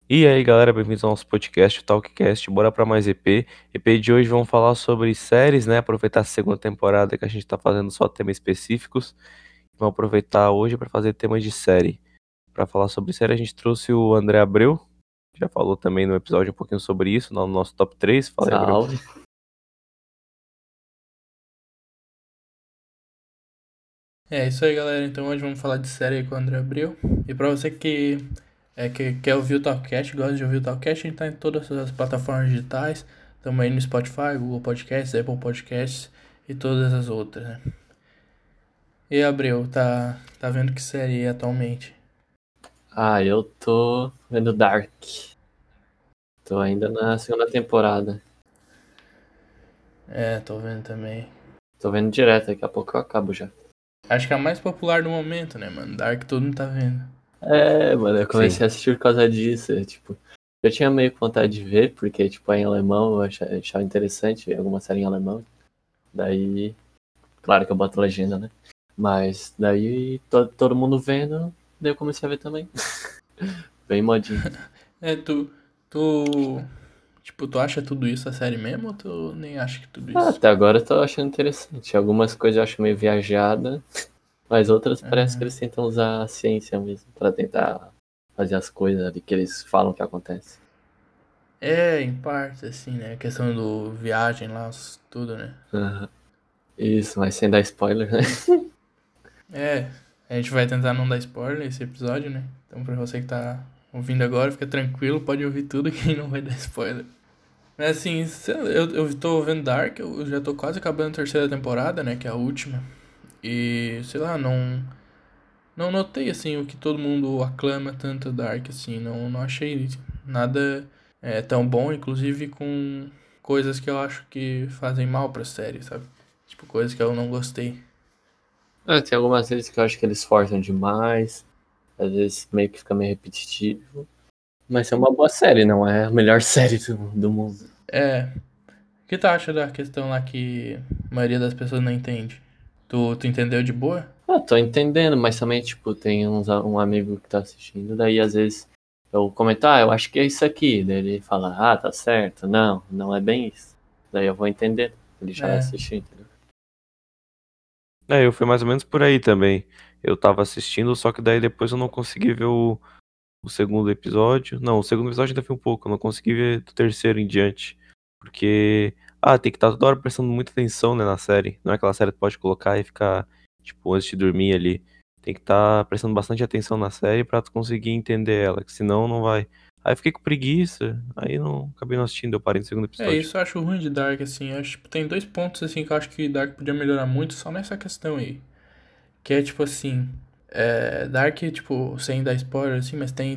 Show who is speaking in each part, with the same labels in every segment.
Speaker 1: E aí, galera, bem-vindos ao nosso podcast, o Talkcast. Bora para mais EP. EP de hoje vamos falar sobre séries, né? Aproveitar a segunda temporada que a gente tá fazendo só temas específicos. Vamos aproveitar hoje para fazer temas de série. Para falar sobre série, a gente trouxe o André Abreu. Já falou também no episódio um pouquinho sobre isso, no nosso top 3. Fala aí, Abreu.
Speaker 2: Salve.
Speaker 3: É isso aí, galera. Então hoje vamos falar de série aí com o André Abreu. E pra você que quer ouvir o Talkcast, gosta de ouvir o Talkcast, a gente tá em todas as plataformas digitais. Estamos aí no Spotify, Google Podcasts, Apple Podcasts e todas as outras, né? E Abreu, tá vendo que série aí atualmente?
Speaker 2: Eu tô vendo Dark. Tô ainda na segunda temporada.
Speaker 3: É, tô vendo também.
Speaker 2: Tô vendo direto, daqui a pouco eu acabo já.
Speaker 3: Acho que é a mais popular do momento, né, mano? Dark todo mundo tá vendo.
Speaker 2: Mano, eu comecei a assistir por causa disso. Tipo, eu tinha meio que vontade de ver, porque, tipo, é em alemão, eu achava interessante alguma série em alemão. Daí, claro que eu boto legenda, né? Mas daí todo mundo vendo, daí eu comecei a ver também. Bem modinho.
Speaker 3: É, tu, tipo, tu acha tudo isso a série mesmo ou tu nem acha que tudo isso?
Speaker 2: Até agora eu tô achando interessante. Algumas coisas eu acho meio viajada. Mas outras parece que eles tentam usar a ciência mesmo pra tentar fazer as coisas ali que eles falam que acontece.
Speaker 3: É, em parte, assim, né? A questão do viagem lá, tudo, né?
Speaker 2: Aham. Isso, mas sem dar spoiler, né?
Speaker 3: É, a gente vai tentar não dar spoiler nesse episódio, né? Então pra você que tá ouvindo agora, fica tranquilo, pode ouvir tudo que não vai dar spoiler. Mas assim, eu tô vendo Dark, eu já tô quase acabando a terceira temporada, né? Que é a última. E, sei lá, não notei, assim, o que todo mundo aclama tanto Dark, assim. Não achei nada tão bom, inclusive com coisas que eu acho que fazem mal pra série, sabe? Tipo, coisas que eu não gostei.
Speaker 2: Tem algumas vezes que eu acho que eles forçam demais, às vezes meio que fica meio repetitivo. Mas é uma boa série, não é a melhor série do mundo.
Speaker 3: É. O que tu acha da questão lá que a maioria das pessoas não entende? Tu entendeu de boa?
Speaker 2: Tô entendendo, mas também, tipo, tem um amigo que tá assistindo, daí às vezes eu comento, eu acho que é isso aqui. Daí ele fala, tá certo, não é bem isso. Daí eu vou entender, ele já
Speaker 3: É.
Speaker 2: assistiu, entendeu?
Speaker 1: Eu fui mais ou menos por aí também. Eu tava assistindo, só que daí depois eu não consegui ver o segundo episódio. Não, o segundo episódio ainda foi um pouco, eu não consegui ver do terceiro em diante. Porque, tem que estar toda hora prestando muita atenção, né, na série. Não é aquela série que tu pode colocar e ficar, tipo, antes de dormir ali. Tem que estar prestando bastante atenção na série pra tu conseguir entender ela, que senão não vai. Aí eu fiquei com preguiça, aí não acabei não assistindo, eu parei no segundo
Speaker 3: É,
Speaker 1: episódio.
Speaker 3: isso eu acho ruim de Dark, assim. Eu acho, tipo, tem dois pontos, assim, que eu acho que Dark podia melhorar muito só nessa questão aí. Que é, tipo, assim... Dark, tipo, sem dar spoiler, assim, mas tem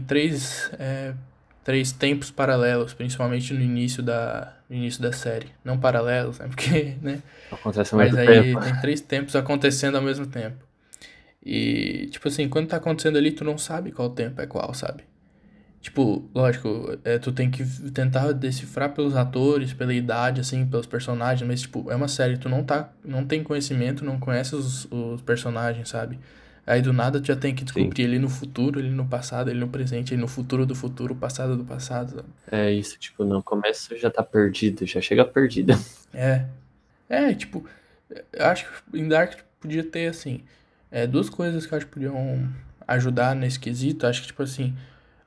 Speaker 3: três tempos paralelos, principalmente no início da série. Não paralelos, né? Porque, né?
Speaker 2: Acontece ao
Speaker 3: Mas
Speaker 2: mesmo tempo.
Speaker 3: aí tem três tempos acontecendo ao mesmo tempo. E, tipo assim, quando tá acontecendo ali, tu não sabe qual tempo é qual, sabe? Tipo, lógico, tu tem que tentar decifrar pelos atores, pela idade, assim, pelos personagens, mas, tipo, é uma série, não tem conhecimento, não conhece os personagens, sabe? Aí do nada tu já tem que
Speaker 1: Sim.
Speaker 3: descobrir ele no futuro, ele no passado, ele no presente, ele no futuro do futuro, passado do passado, sabe?
Speaker 2: É isso, tipo, no começo já tá perdido, já chega perdido.
Speaker 3: É. Tipo, eu acho que em Dark podia ter, assim, duas coisas que eu acho que podiam ajudar nesse quesito. Acho que, tipo assim,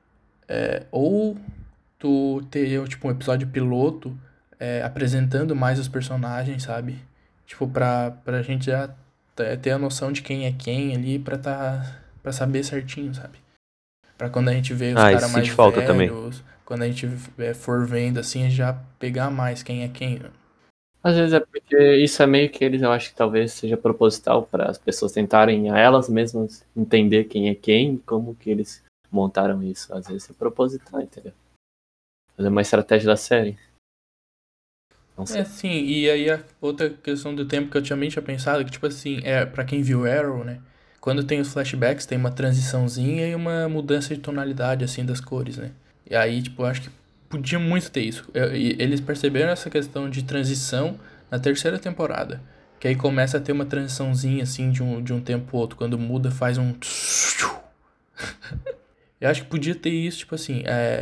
Speaker 3: ou tu ter, tipo, um episódio piloto apresentando mais os personagens, sabe? Tipo, pra gente já ter a noção de quem é quem ali, pra saber certinho, sabe? Pra quando a gente vê os
Speaker 1: Isso
Speaker 3: caras
Speaker 1: senti
Speaker 3: mais
Speaker 1: falta também.
Speaker 3: velhos, quando a gente for vendo, assim, já pegar mais quem é quem, né?
Speaker 2: Às vezes é porque isso é meio que eles, eu acho que talvez seja proposital para as pessoas tentarem a elas mesmas entender quem é quem e como que eles montaram isso. Às vezes é proposital, entendeu? Fazer uma estratégia da série. Não sei.
Speaker 3: Sim, e aí a outra questão do tempo que eu também tinha pensado, que tipo assim, pra quem viu Arrow, né? Quando tem os flashbacks, tem uma transiçãozinha e uma mudança de tonalidade, assim, das cores, né? E aí, tipo, eu acho que podia muito ter isso. E eles perceberam essa questão de transição na terceira temporada. Que aí começa a ter uma transiçãozinha, assim, de um tempo pro outro. Quando muda, faz um... Eu acho que podia ter isso, tipo assim,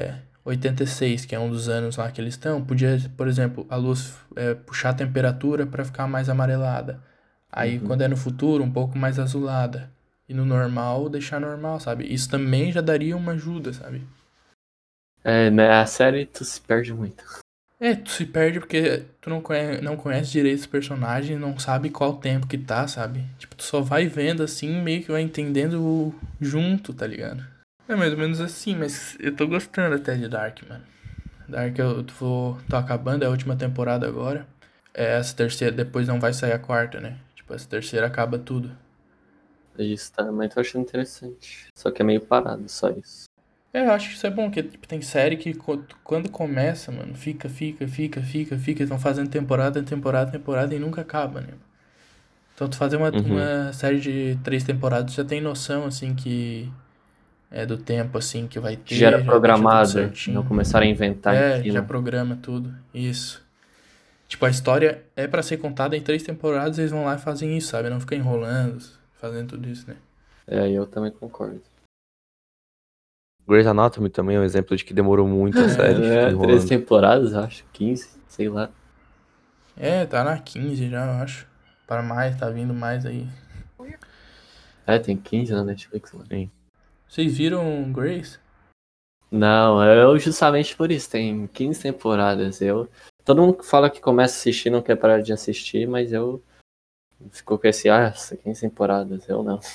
Speaker 3: 86, que é um dos anos lá que eles estão, podia, por exemplo, a luz puxar a temperatura pra ficar mais amarelada. Aí quando é no futuro, um pouco mais azulada. E no normal, deixar normal, sabe? Isso também já daria uma ajuda, sabe?
Speaker 2: A série tu se perde muito.
Speaker 3: Tu se perde porque tu não conhece direito os personagens, não sabe qual tempo que tá, sabe? Tipo, tu só vai vendo assim, meio que vai entendendo junto, tá ligado? É mais ou menos assim, mas eu tô gostando até de Dark, mano. Dark tô acabando, é a última temporada agora. Essa terceira, depois não vai sair a quarta, né? Tipo, essa terceira acaba tudo.
Speaker 2: Isso, tá, mas tô achando interessante. Só que é meio parado, só isso.
Speaker 3: Eu acho que isso é bom, porque tipo, tem série que quando começa, mano, fica. Estão fazendo temporada e nunca acaba, né? Então tu fazer uma série de 3 temporadas, já tem noção, assim, que é do tempo, assim, que vai
Speaker 2: Que já era
Speaker 3: ter, já deixa tudo
Speaker 2: programado, não
Speaker 3: certinho.
Speaker 2: começaram a inventar em
Speaker 3: Já
Speaker 2: cima.
Speaker 3: programa tudo, isso. Tipo, a história é pra ser contada em 3 temporadas, eles vão lá e fazem isso, sabe? Não fica enrolando, fazendo tudo isso, né?
Speaker 2: Eu também concordo.
Speaker 1: Grey's Anatomy também é um exemplo de que demorou muito a série, fica
Speaker 2: 3
Speaker 1: enrolando.
Speaker 2: temporadas, acho, 15, sei lá.
Speaker 3: Tá na 15 já, eu acho. Para mais, tá vindo mais aí.
Speaker 2: Tem 15 na Netflix, mano.
Speaker 1: Sim.
Speaker 3: Vocês viram Grace?
Speaker 2: Não, eu justamente por isso, tem 15 temporadas. Todo mundo fala que começa a assistir, não quer parar de assistir, mas eu fico com esse, 15 temporadas, eu não.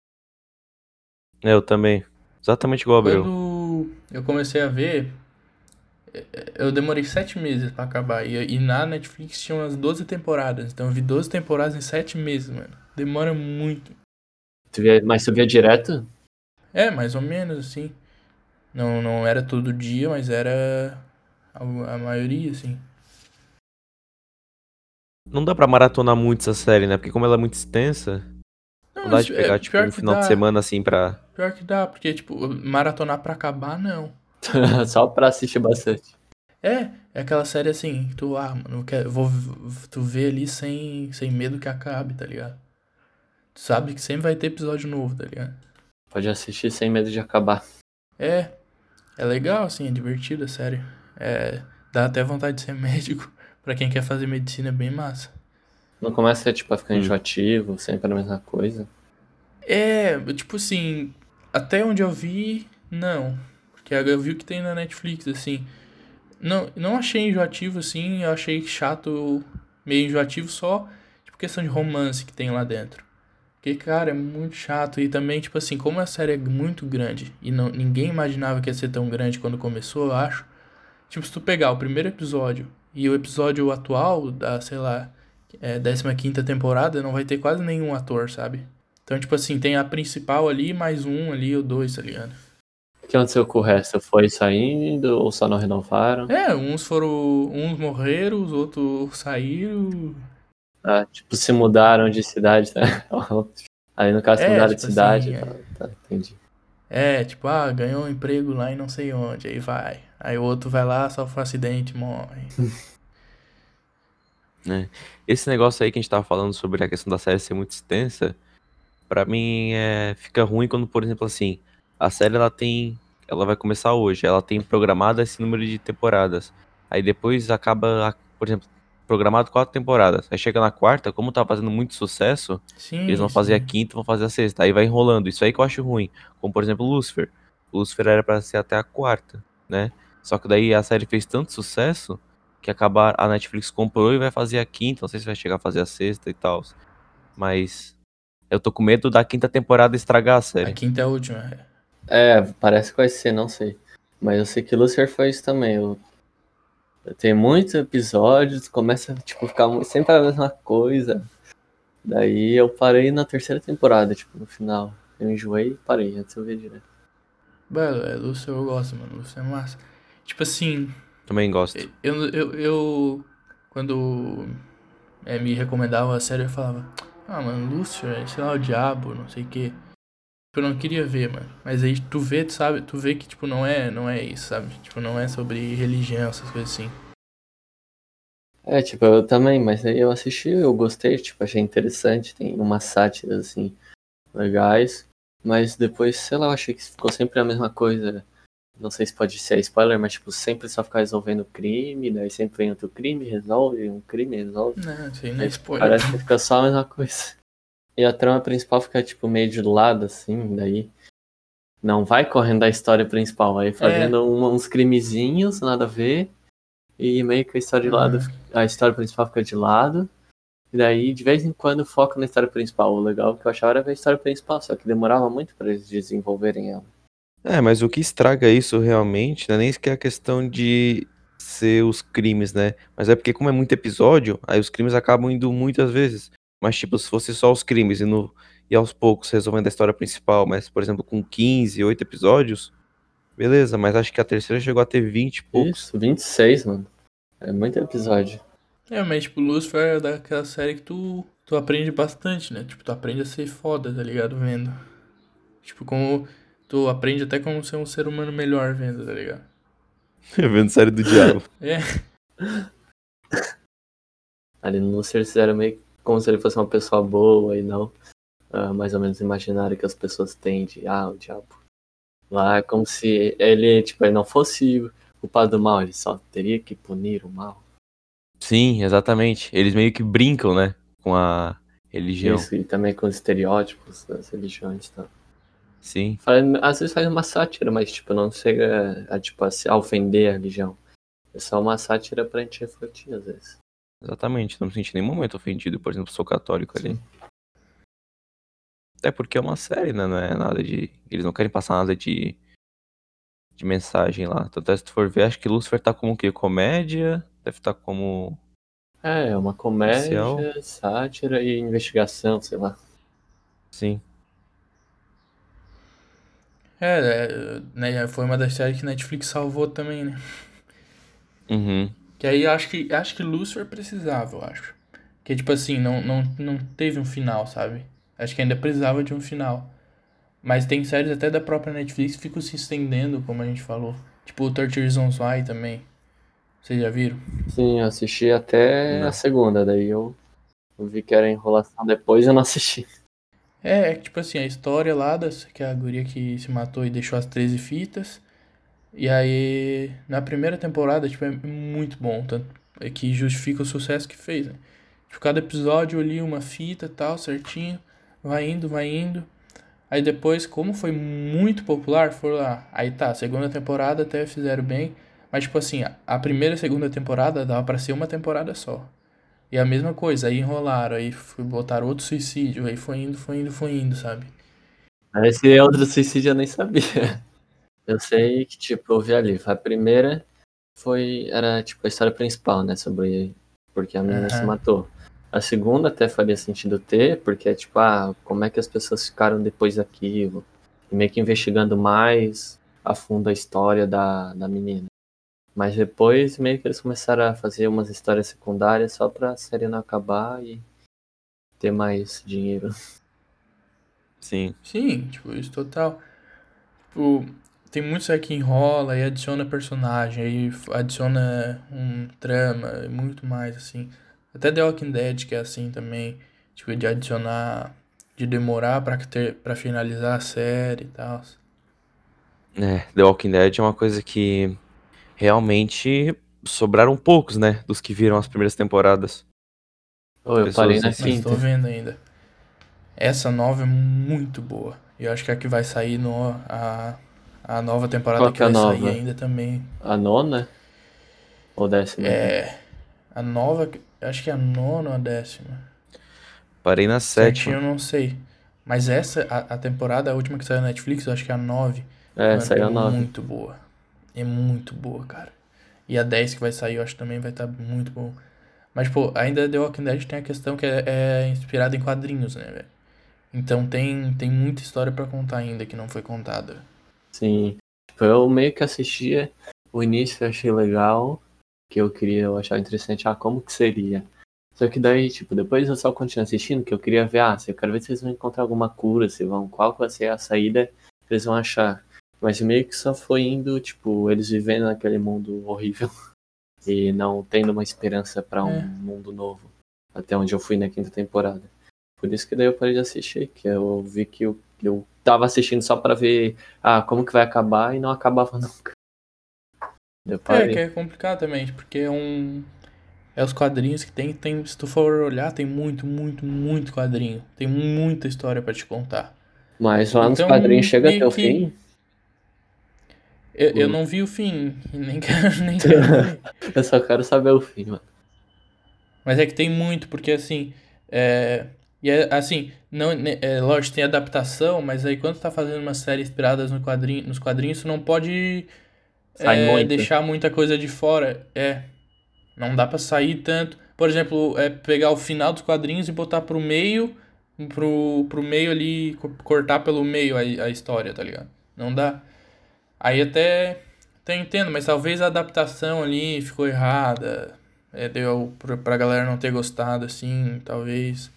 Speaker 1: Eu também. Exatamente igual a Abreu.
Speaker 3: Quando eu comecei a ver, eu demorei 7 meses pra acabar. E na Netflix tinha umas 12 temporadas. Então eu vi 12 temporadas em 7 meses, mano. Demora muito.
Speaker 2: Mas tu via direto?
Speaker 3: Mais ou menos, assim. Não era todo dia, mas era a maioria, assim.
Speaker 1: Não dá pra maratonar muito essa série, né? Porque como ela é muito extensa, não dá de pegar, tipo,
Speaker 3: pior
Speaker 1: um
Speaker 3: que
Speaker 1: final de
Speaker 3: dá.
Speaker 1: semana assim pra.
Speaker 3: Pior que dá, porque, tipo, maratonar pra acabar, não.
Speaker 2: Só pra assistir bastante.
Speaker 3: É aquela série assim, que tu, mano, tu vê ali sem medo que acabe, tá ligado? Tu sabe que sempre vai ter episódio novo, tá ligado?
Speaker 2: Pode assistir sem medo de acabar.
Speaker 3: É legal, assim, é divertido, é sério. Dá até vontade de ser médico. Pra quem quer fazer medicina é bem massa.
Speaker 2: Não começa, tipo, a ficar enjoativo, sempre a mesma coisa.
Speaker 3: Tipo assim, até onde eu vi, não. Porque eu vi o que tem na Netflix, assim. Não achei enjoativo, assim, eu achei chato, meio enjoativo só, tipo, questão de romance que tem lá dentro. Porque, cara, é muito chato. E também, tipo assim, como a série é muito grande e ninguém imaginava que ia ser tão grande quando começou, eu acho. Tipo, se tu pegar o primeiro episódio e o episódio atual da, sei lá, 15ª temporada, não vai ter quase nenhum ator, sabe? Então, tipo assim, tem a principal ali, mais um ali ou dois, tá ligado?
Speaker 2: O que aconteceu com o resto? Foi saindo ou só não renovaram?
Speaker 3: Uns morreram, os outros saíram.
Speaker 2: Tipo, se mudaram de cidade, né? Aí no caso se mudaram de
Speaker 3: Tipo
Speaker 2: cidade,
Speaker 3: assim,
Speaker 2: tá, entendi.
Speaker 3: tipo, ganhou um emprego lá e não sei onde, aí vai. Aí o outro vai lá, sofre um acidente, morre.
Speaker 1: Né? Esse negócio aí que a gente tava falando sobre a questão da série ser muito extensa, pra mim fica ruim quando, por exemplo, assim, a série ela vai começar hoje, ela tem programado esse número de temporadas. Aí depois acaba, por exemplo, programado 4 temporadas. Aí chega na quarta, como tá fazendo muito sucesso, eles
Speaker 3: Sim,
Speaker 1: vão fazer a
Speaker 3: sim.
Speaker 1: quinta, vão fazer a sexta. Aí vai enrolando. Isso aí que eu acho ruim. Como por exemplo, Lucifer. Lucifer era pra ser até a quarta, né? Só que daí a série fez tanto sucesso que a Netflix comprou e vai fazer a quinta. Não sei se vai chegar a fazer a sexta e tal. Mas eu tô com medo da quinta temporada estragar a
Speaker 3: A
Speaker 1: série.
Speaker 3: quinta é a última.
Speaker 2: Parece que vai ser, não sei. Mas eu sei que Lucifer foi isso também. Tem muitos episódios, começa tipo, a ficar sempre a mesma coisa. Daí eu parei na terceira temporada, tipo, no final. Eu enjoei e parei, antes eu ver direto.
Speaker 3: Mano, Lúcio eu gosto, mano. Lúcio é massa. Tipo assim,
Speaker 1: Também gosto.
Speaker 3: eu quando me recomendava a série, eu falava, mano, Lúcio, sei lá, o diabo, não sei o quê. Eu não queria ver, mano. Mas aí tu vê, tu sabe, tu vê que, tipo, não é isso, sabe? Tipo, não é sobre religião, essas coisas assim.
Speaker 2: Tipo, eu também, mas aí eu assisti, eu gostei, tipo, achei interessante, tem umas sátiras, assim, legais. Mas depois, sei lá, eu achei que ficou sempre a mesma coisa. Não sei se pode ser spoiler, mas tipo, sempre só ficar resolvendo crime, daí sempre vem outro crime, resolve, um crime, resolve.
Speaker 3: Não, isso aí não é
Speaker 2: Aí
Speaker 3: spoiler.
Speaker 2: parece que fica só a mesma coisa. E a trama principal fica tipo meio de lado, assim, daí não vai correndo da história principal, vai fazendo uns crimezinhos, nada a ver. E meio que a história de lado, a história principal fica de lado. E daí, de vez em quando, foca na história principal. O legal que eu achava era ver a história principal, só que demorava muito pra eles desenvolverem ela.
Speaker 1: Mas o que estraga isso realmente não é nem sequer a questão de ser os crimes, né? Mas é porque como é muito episódio, aí os crimes acabam indo muitas vezes. Mas tipo, se fosse só os crimes e aos poucos resolvendo a história principal, mas por exemplo com 15, 8 episódios, beleza, mas acho que a terceira chegou a ter 20 e poucos.
Speaker 2: Isso, 26, mano. É muito episódio.
Speaker 3: Mas tipo, Lucifer é daquela série que tu aprende bastante, né? Tipo, tu aprende a ser foda, tá ligado? Vendo. Tipo, como tu aprende até como ser um ser humano melhor vendo, tá ligado?
Speaker 1: Vendo série do diabo.
Speaker 3: É.
Speaker 2: Ali no Lucifer era meio como se ele fosse uma pessoa boa e não mais ou menos imaginário que as pessoas têm de, o diabo. Lá é como se ele, tipo, ele não fosse o culpado do mal, ele só teria que punir o mal.
Speaker 1: Sim, exatamente. Eles meio que brincam, né, com a religião.
Speaker 2: Isso, e também com os estereótipos das religiões, tá?
Speaker 1: Sim,
Speaker 2: Às vezes faz uma sátira, mas tipo, não chega tipo, a ofender a religião. É só uma sátira pra gente refletir, às vezes.
Speaker 1: exatamente. Não me senti em nenhum momento ofendido, por exemplo, sou católico ali.
Speaker 2: Sim.
Speaker 1: Até porque é uma série, né? Não é nada de. Eles não querem passar nada de mensagem lá. Tanto é, se tu for ver, acho que Lucifer tá como o quê? Comédia? Deve estar como
Speaker 2: É uma
Speaker 1: policial?
Speaker 2: comédia, sátira e investigação, sei lá.
Speaker 1: Sim.
Speaker 3: Né, foi uma das séries que Netflix salvou também, né?
Speaker 1: Uhum.
Speaker 3: Que aí acho que Lucifer precisava, eu acho. Que tipo assim, não teve um final, sabe? Acho que ainda precisava de um final. Mas tem séries até da própria Netflix que ficam se estendendo, como a gente falou. Tipo o 30 Reasons Why também. Vocês já viram?
Speaker 2: Sim, eu assisti até a
Speaker 1: Não.
Speaker 2: segunda, daí eu vi que era enrolação depois eu não assisti.
Speaker 3: É que tipo assim, a história lá que é a guria que se matou e deixou as 13 fitas. E aí, na primeira temporada, tipo, é muito bom. Tanto é que justifica o sucesso que fez, né? Tipo, cada episódio ali, uma fita e tal, certinho. Vai indo, vai indo. Aí depois, como foi muito popular, foram lá. Aí tá, segunda temporada até fizeram bem. Mas, tipo assim, a primeira e segunda temporada dava pra ser uma temporada só. E a mesma coisa, aí enrolaram, aí botaram outro suicídio, aí foi indo, sabe?
Speaker 2: Esse outro suicídio eu nem sabia. Eu sei que, tipo, eu vi ali. A primeira era, tipo, a história principal, né? Sobre porque a menina se
Speaker 3: Aham.
Speaker 2: matou. A segunda até faria sentido ter, porque é tipo, como é que as pessoas ficaram depois daquilo? E meio que investigando mais a fundo a história da menina. Mas depois meio que eles começaram a fazer umas histórias secundárias só pra série não acabar e ter mais dinheiro.
Speaker 1: Sim.
Speaker 3: Sim, tipo, isso total. Tipo, tem muitos aí que enrola e adiciona personagem, aí adiciona um trama e muito mais, assim. Até The Walking Dead, que é assim também, tipo, de adicionar, de demorar pra finalizar a série e tal.
Speaker 1: The Walking Dead é uma coisa que realmente sobraram poucos, né? Dos que viram as primeiras temporadas.
Speaker 2: Eu parei
Speaker 1: Pessoas
Speaker 2: na
Speaker 3: Mas tô
Speaker 2: quinta.
Speaker 3: vendo ainda. Essa nova é muito boa. E eu acho que a que vai sair a nova temporada
Speaker 2: Qual
Speaker 3: que
Speaker 2: que é a
Speaker 3: vai sair
Speaker 2: nova?
Speaker 3: ainda também.
Speaker 2: A nona? Ou 10ª ainda?
Speaker 3: A nova, acho que é a nona ou a 10ª.
Speaker 1: Parei na
Speaker 3: Certinho
Speaker 1: sétima.
Speaker 3: eu não sei. Mas a temporada, a última que saiu na Netflix, eu acho que é a 9.
Speaker 2: É,
Speaker 3: Mano, é
Speaker 2: saiu a 9.
Speaker 3: muito boa. É muito boa, cara. E a 10 que vai sair, eu acho que também vai estar muito bom. Mas, pô, ainda The Walking Dead tem a questão que é inspirada em quadrinhos, né, velho? Então tem muita história pra contar ainda que não foi contada.
Speaker 2: Sim. Tipo, eu meio que assistia o início, eu achei legal, que eu achava interessante, como que seria. Só que daí, tipo, depois eu só continuei assistindo, que eu queria ver, eu quero ver se eles vão encontrar alguma cura, qual que vai ser a saída que eles vão achar. Mas meio que só foi indo, tipo, eles vivendo naquele mundo horrível e não tendo uma esperança pra um
Speaker 3: É.
Speaker 2: mundo novo. Até onde eu fui na quinta temporada. Por isso que daí eu parei de assistir, que eu vi que Eu tava assistindo só pra ver como que vai acabar e não acabava nunca. Eu
Speaker 3: Que
Speaker 2: parei.
Speaker 3: é complicado também, porque é os quadrinhos que tem. Se tu for olhar, tem muito quadrinho. Tem muita história pra te contar.
Speaker 2: Mas lá nos
Speaker 3: Então,
Speaker 2: quadrinhos chega até
Speaker 3: meio
Speaker 2: o
Speaker 3: que.
Speaker 2: fim.
Speaker 3: Eu não vi o fim, e nem quero ver.
Speaker 2: Eu só quero saber o fim, mano.
Speaker 3: Mas é que tem muito, porque assim. Assim, não, lógico, tem adaptação, mas aí quando tu tá fazendo uma série inspirada nos quadrinhos, tu não pode
Speaker 2: Sai muito.
Speaker 3: deixar muita coisa de fora. Não dá pra sair tanto. Por exemplo, pegar o final dos quadrinhos e botar pro meio, pro meio ali, cortar pelo meio a história, tá ligado? Não dá. Aí até entendo, mas talvez a adaptação ali ficou errada. Deu pra galera não ter gostado, assim, talvez.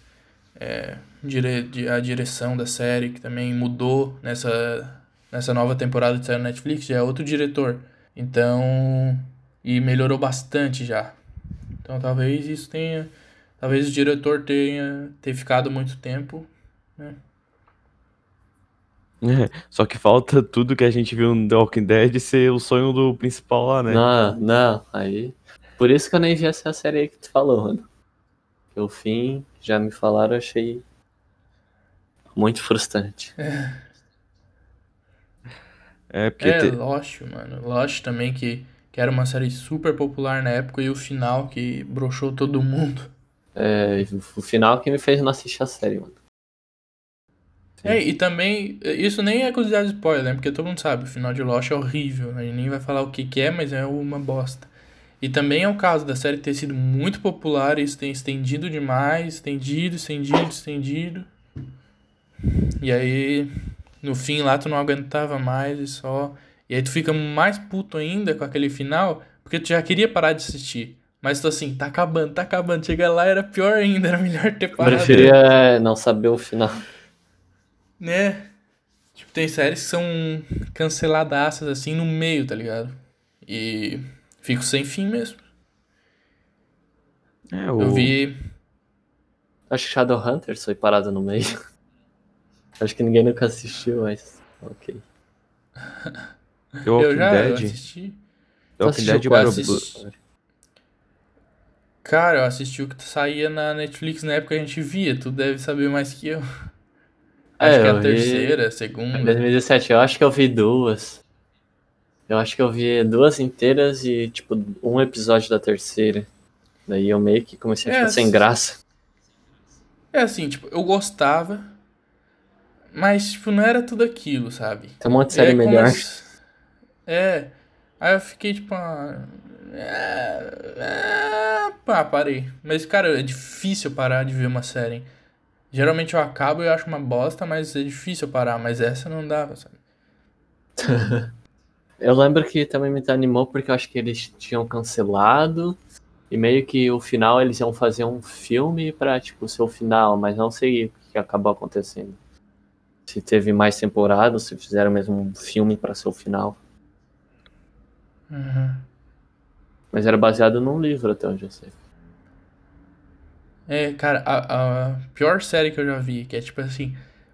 Speaker 3: A direção da série, que também mudou nessa nova temporada que saiu na Netflix, já é outro diretor. Então. E melhorou bastante já. Então talvez isso tenha. Talvez o diretor ter ficado muito tempo, né?
Speaker 1: Só que falta tudo que a gente viu no The Walking Dead ser o sonho do principal lá, né?
Speaker 2: Não, aí. Por isso que eu nem vi essa série aí que tu falou, mano. Porque o fim, já me falaram, eu achei muito frustrante.
Speaker 1: Porque
Speaker 3: Lost, mano. Lost também, que era uma série super popular na época, e o final que broxou todo mundo.
Speaker 2: O final que me fez não assistir a série, mano.
Speaker 3: E também, isso nem é considerado spoiler, né? Porque todo mundo sabe, o final de Lost é horrível. A gente nem vai falar o que é, mas é uma bosta. E também é o caso da série ter sido muito popular, e isso tem estendido demais, estendido. E aí, no fim lá, tu não aguentava mais e só... E aí tu fica mais puto ainda com aquele final, porque tu já queria parar de assistir. Mas tu assim, tá acabando. Chega lá, era pior ainda, era melhor ter
Speaker 2: Eu
Speaker 3: parado.
Speaker 2: preferia não saber o final.
Speaker 3: Né? Tipo, tem séries que são canceladaças assim no meio, tá ligado? E fico sem fim mesmo. Eu vi.
Speaker 2: Acho que Shadowhunters foi parado no meio. Acho que ninguém nunca assistiu, mas ok.
Speaker 1: The Walking
Speaker 3: Eu
Speaker 1: Dead.
Speaker 3: assisti.
Speaker 1: The Walking Dead
Speaker 3: Eu assisti. Cara, eu assisti o que saía na Netflix na época que a gente via. Tu deve saber mais que eu. Acho que é a terceira, a segunda.
Speaker 2: Em 2017, eu acho que eu vi duas. Eu acho que eu vi duas inteiras e, tipo, um episódio da terceira. Daí eu meio que comecei a ficar sem graça.
Speaker 3: É assim, tipo, eu gostava, mas, tipo, não era tudo aquilo, sabe?
Speaker 2: Tem um monte de série melhor.
Speaker 3: Aí eu fiquei, tipo, parei. Mas, cara, é difícil parar de ver uma série. Geralmente eu acabo e eu acho uma bosta, mas é difícil parar. Mas essa não dava, sabe?
Speaker 2: Eu lembro que também me desanimou porque eu acho que eles tinham cancelado. E meio que o final eles iam fazer um filme pra, tipo, ser o final. Mas não sei o que acabou acontecendo. Se teve mais temporadas, se fizeram mesmo um filme pra ser o final.
Speaker 3: Uhum.
Speaker 2: Mas era baseado num livro, até onde eu sei.
Speaker 3: Cara, a pior série que eu já vi, que é tipo assim,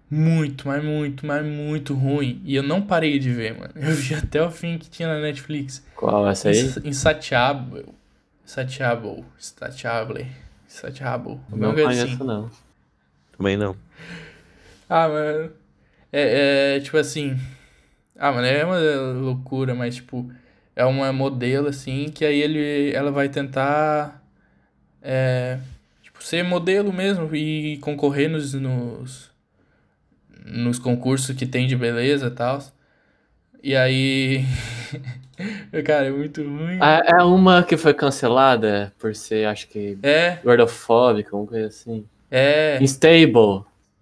Speaker 3: muito ruim. E eu não parei de ver, mano. Eu vi até o fim que tinha na Netflix.
Speaker 2: Qual, essa aí?
Speaker 3: Insatiable.
Speaker 2: Não conheço, não.
Speaker 1: Também não.
Speaker 3: Mano. Tipo assim. Mano, é uma loucura, mas tipo, é uma modelo assim que aí ela vai tentar tipo, ser modelo mesmo e concorrer nos concursos que tem de beleza e tal. E aí. Cara, é muito ruim.
Speaker 2: É uma que foi cancelada por ser, acho que, gordofóbica, alguma coisa assim. Unstable.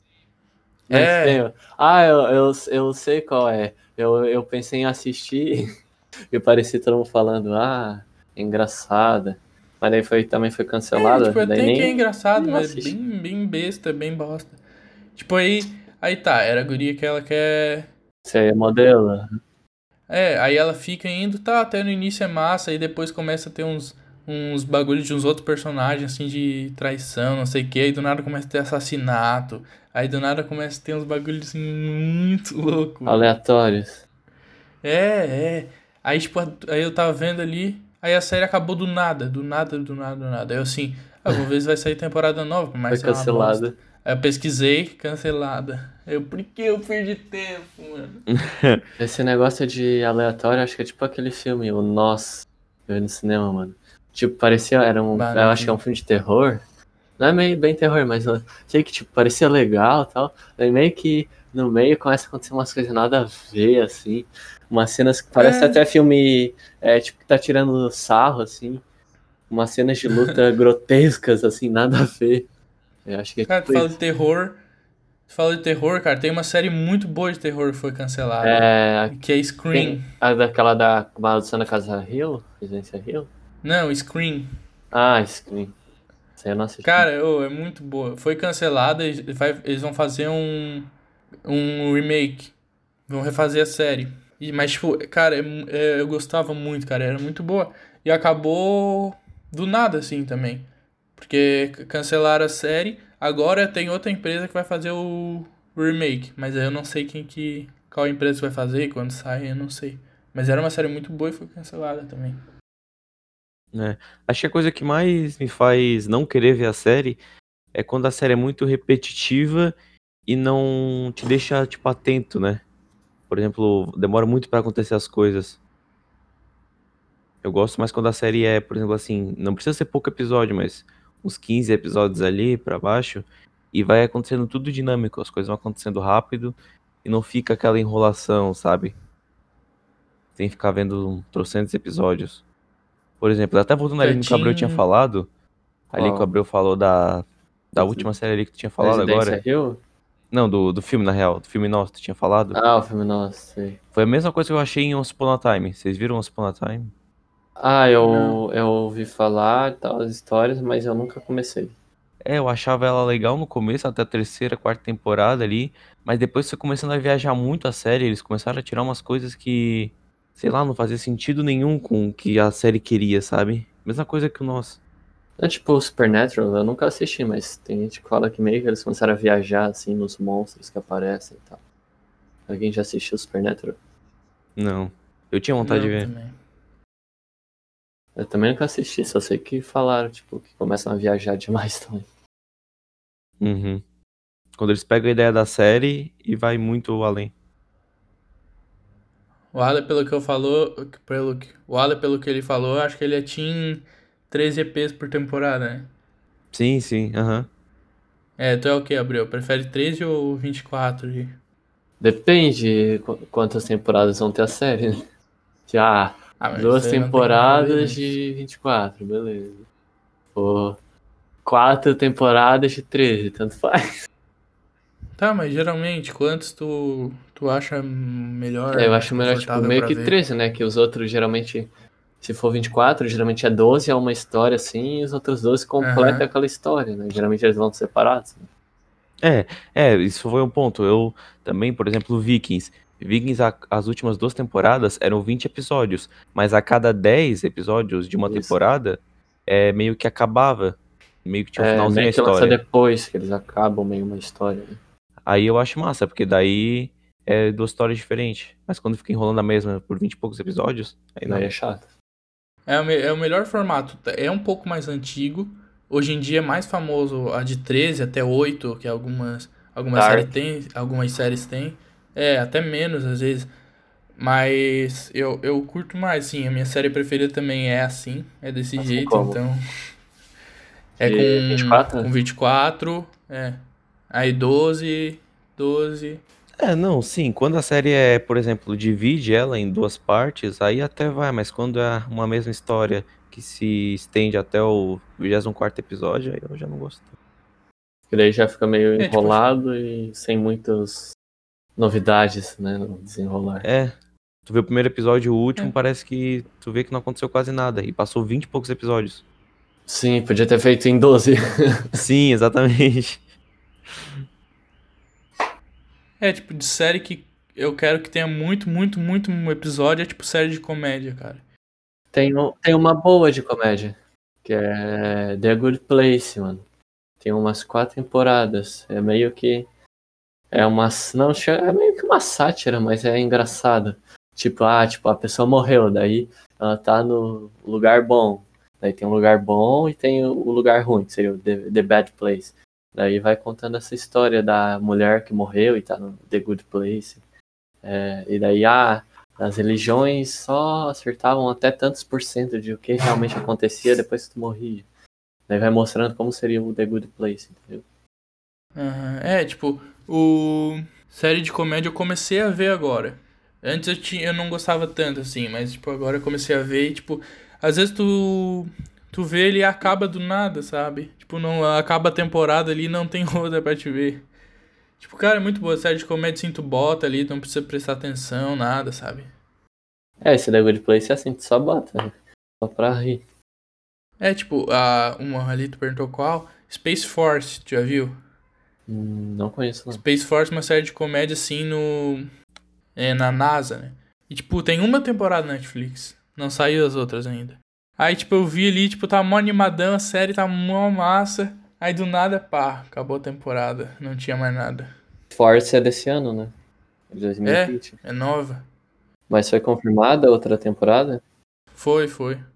Speaker 2: Eu sei qual é. Eu pensei em assistir e parecia todo mundo falando, engraçada. Mas daí também foi cancelada.
Speaker 3: Tipo,
Speaker 2: daí
Speaker 3: até
Speaker 2: nem,
Speaker 3: que é engraçado,
Speaker 2: nem
Speaker 3: mas
Speaker 2: assisti.
Speaker 3: bem besta, bem bosta. Tipo, aí tá, era a guria que ela quer.
Speaker 2: Você é modelo?
Speaker 3: Aí ela fica indo, tá, até no início é massa, aí depois começa a ter uns bagulhos de uns outros personagens, assim, de traição, não sei o que, aí do nada começa a ter assassinato, Aí do nada começa a ter uns bagulhos assim, muito loucos.
Speaker 2: Aleatórios.
Speaker 3: É. Aí, tipo, aí eu tava vendo ali, aí a série acabou do nada, do nada, do nada, do nada. Aí eu assim, vou ver se vai sair temporada nova, por mais
Speaker 2: Foi
Speaker 3: que seja uma bosta.
Speaker 2: cancelada.
Speaker 3: Aí eu pesquisei, cancelada. Por que eu perdi tempo, mano?
Speaker 2: Esse negócio de aleatório, acho que é tipo aquele filme, o Nós, que eu vi no cinema, mano. Tipo, parecia,
Speaker 3: Bah,
Speaker 2: eu
Speaker 3: não
Speaker 2: acho que é um
Speaker 3: vi.
Speaker 2: filme de terror. Não é meio bem terror, mas eu sei que, tipo, parecia legal e tal. Aí meio que no meio começa a acontecer umas coisas nada a ver, assim. Umas cenas que parece até filme, tipo, que tá tirando sarro, assim. Umas cenas de luta grotescas, assim, nada a ver. Eu acho que é
Speaker 3: Cara, tu
Speaker 2: tipo
Speaker 3: fala de
Speaker 2: isso.
Speaker 3: terror. Tu fala de terror, cara. Tem uma série muito boa de terror que foi cancelada.
Speaker 2: É,
Speaker 3: Que é Scream.
Speaker 2: a daquela da Maldição da Casa Hill? Residência Hill?
Speaker 3: Não, Scream.
Speaker 2: Ah, Scream. Essa eu não assisti.
Speaker 3: Cara, é muito boa. Foi cancelada e eles vão fazer um remake. Vão refazer a série. Mas, tipo, cara, eu gostava muito, cara. Era muito boa. E acabou do nada, assim, também. Porque cancelaram a série. Agora tem outra empresa que vai fazer o remake. Mas aí eu não sei qual empresa vai fazer, quando sai, eu não sei. Mas era uma série muito boa e foi cancelada também.
Speaker 1: Acho que a coisa que mais me faz não querer ver a série é quando a série é muito repetitiva e não te deixa, tipo, atento, né? Por exemplo, demora muito pra acontecer as coisas. Eu gosto mais quando a série é, por exemplo, assim, não precisa ser pouco episódio, mas uns 15 episódios ali pra baixo e vai acontecendo tudo dinâmico, as coisas vão acontecendo rápido e não fica aquela enrolação, sabe? Sem ficar vendo trocentos episódios. Por exemplo, até voltando ali no que o Gabriel tinha
Speaker 3: Team.
Speaker 1: falado, ali que o
Speaker 2: Qual?
Speaker 1: Gabriel falou da última série ali que tu tinha falado
Speaker 2: Residência
Speaker 1: agora.
Speaker 2: Hill?
Speaker 1: Não, do filme, na real, do filme nosso, tu tinha falado.
Speaker 2: Ah, o filme, nossa, sei.
Speaker 1: Foi a mesma coisa que eu achei em Once Upon a Time. Vocês viram Once Upon a Time?
Speaker 2: Ah,
Speaker 3: Não.
Speaker 2: eu ouvi falar tal, as histórias, mas eu nunca comecei.
Speaker 1: Eu achava ela legal no começo, até a terceira, quarta temporada ali, mas depois foi começando a viajar muito a série, eles começaram a tirar umas coisas que, sei lá, não fazia sentido nenhum com o que a série queria, sabe? Mesma coisa que o nosso.
Speaker 2: É tipo o Supernatural, eu nunca assisti, mas tem gente que fala que meio que eles começaram a viajar, assim, nos monstros que aparecem e tal. Alguém já assistiu Supernatural?
Speaker 1: Não. Eu tinha vontade de
Speaker 3: Não,
Speaker 1: ver.
Speaker 3: também.
Speaker 2: Eu também nunca assisti, só sei que falaram, tipo, que começam a viajar demais também.
Speaker 1: Uhum. Quando eles pegam a ideia da série e vai muito além.
Speaker 3: O Ada, pelo que eu falou, o Ada, pelo que ele falou, acho que ele é Team 13 EPs por temporada, né?
Speaker 1: Sim, sim, aham.
Speaker 3: Tu é o que, Abreu? Prefere 13 ou 24?
Speaker 2: Depende quantas temporadas vão ter a série, né? Já,
Speaker 3: Mas
Speaker 2: duas
Speaker 3: isso aí não tem como prever,
Speaker 2: temporadas
Speaker 3: mas...
Speaker 2: de 24, beleza. Pô, 4 temporadas de 13, tanto faz.
Speaker 3: Tá, mas geralmente, quantos tu acha melhor,
Speaker 2: Eu
Speaker 3: mais
Speaker 2: acho melhor, tipo,
Speaker 3: confortável
Speaker 2: meio
Speaker 3: pra
Speaker 2: que
Speaker 3: ver?
Speaker 2: 13, né? Que os outros geralmente, se for 24, geralmente é 12, é uma história assim, e os outros 12 completam
Speaker 3: Aham.
Speaker 2: aquela história, né? Geralmente eles vão separados. Né?
Speaker 1: Isso foi um ponto. Eu também, por exemplo, Vikings. Vikings, as últimas duas temporadas eram 20 episódios, mas a cada 10 episódios de uma
Speaker 2: Isso.
Speaker 1: temporada, meio que acabava, meio que tinha um
Speaker 2: É,
Speaker 1: finalzinho a
Speaker 2: meio que lança
Speaker 1: história.
Speaker 2: depois, que eles acabam meio uma história. Né?
Speaker 1: Aí eu acho massa, porque daí é duas histórias diferentes. Mas quando fica enrolando a mesma por 20 e poucos episódios, aí
Speaker 2: Daí
Speaker 1: não.
Speaker 2: é chato.
Speaker 3: É o melhor formato. É um pouco mais antigo. Hoje em dia é mais famoso a de 13 até 8, que algumas séries
Speaker 2: Dark,
Speaker 3: têm, algumas séries têm. Até menos às vezes. Mas eu curto mais, sim. A minha série preferida também é assim, é desse
Speaker 2: assim
Speaker 3: jeito,
Speaker 2: como
Speaker 3: então. É
Speaker 2: de 24,
Speaker 3: com 24, Aí 12.
Speaker 1: Não, sim, quando a série por exemplo, divide ela em duas partes, aí até vai, mas quando é uma mesma história que se estende até o 24º episódio, aí eu já não gosto.
Speaker 2: que daí já fica meio
Speaker 3: Tipo,
Speaker 2: enrolado e sem muitas novidades, né, no desenrolar.
Speaker 1: Tu vê o primeiro episódio e o
Speaker 3: é,
Speaker 1: último, parece que tu vê que não aconteceu quase nada, e passou 20 e poucos episódios.
Speaker 2: Sim, podia ter feito em 12.
Speaker 1: Sim, exatamente.
Speaker 3: tipo, de série que eu quero que tenha muito, muito, muito um episódio, é tipo série de comédia, cara.
Speaker 2: Tem uma boa de comédia, que é The Good Place, mano. Tem umas 4 temporadas. É meio que É uma. Não, é meio que uma sátira, mas é engraçado. Tipo, a pessoa morreu, daí ela tá no lugar bom. Daí tem um lugar bom e tem o lugar ruim, que seria o The Bad Place. Daí vai contando essa história da mulher que morreu e tá no The Good Place. E daí, as religiões só acertavam até tantos por cento de o que realmente acontecia depois que tu morria. Daí vai mostrando como seria o The Good Place, entendeu?
Speaker 3: Tipo, o série de comédia eu comecei a ver agora. Antes eu não gostava tanto, assim, mas, tipo, agora eu comecei a ver e, tipo, às vezes tu vê ele e acaba do nada, sabe? Tipo, não acaba a temporada ali e não tem outra pra te ver. Tipo, cara, é muito boa. Série de comédia, assim, tu bota ali, não precisa prestar atenção, nada, sabe?
Speaker 2: Esse The Good Place é assim, tu só bota, né? Só pra rir.
Speaker 3: Tipo, uma ali tu perguntou qual? Space Force, tu já viu?
Speaker 2: Não conheço, não.
Speaker 3: Space Force é uma série de comédia, assim, na NASA, né? E, tipo, tem uma temporada na Netflix. Não saiu as outras ainda. Aí, tipo, eu vi ali, tipo, tá mó animadão, a série tá mó massa. Aí, do nada, pá, acabou a temporada. Não tinha mais nada.
Speaker 2: Force é desse ano, né? De 2020.
Speaker 3: É nova.
Speaker 2: Mas foi confirmada a outra temporada?
Speaker 3: Foi.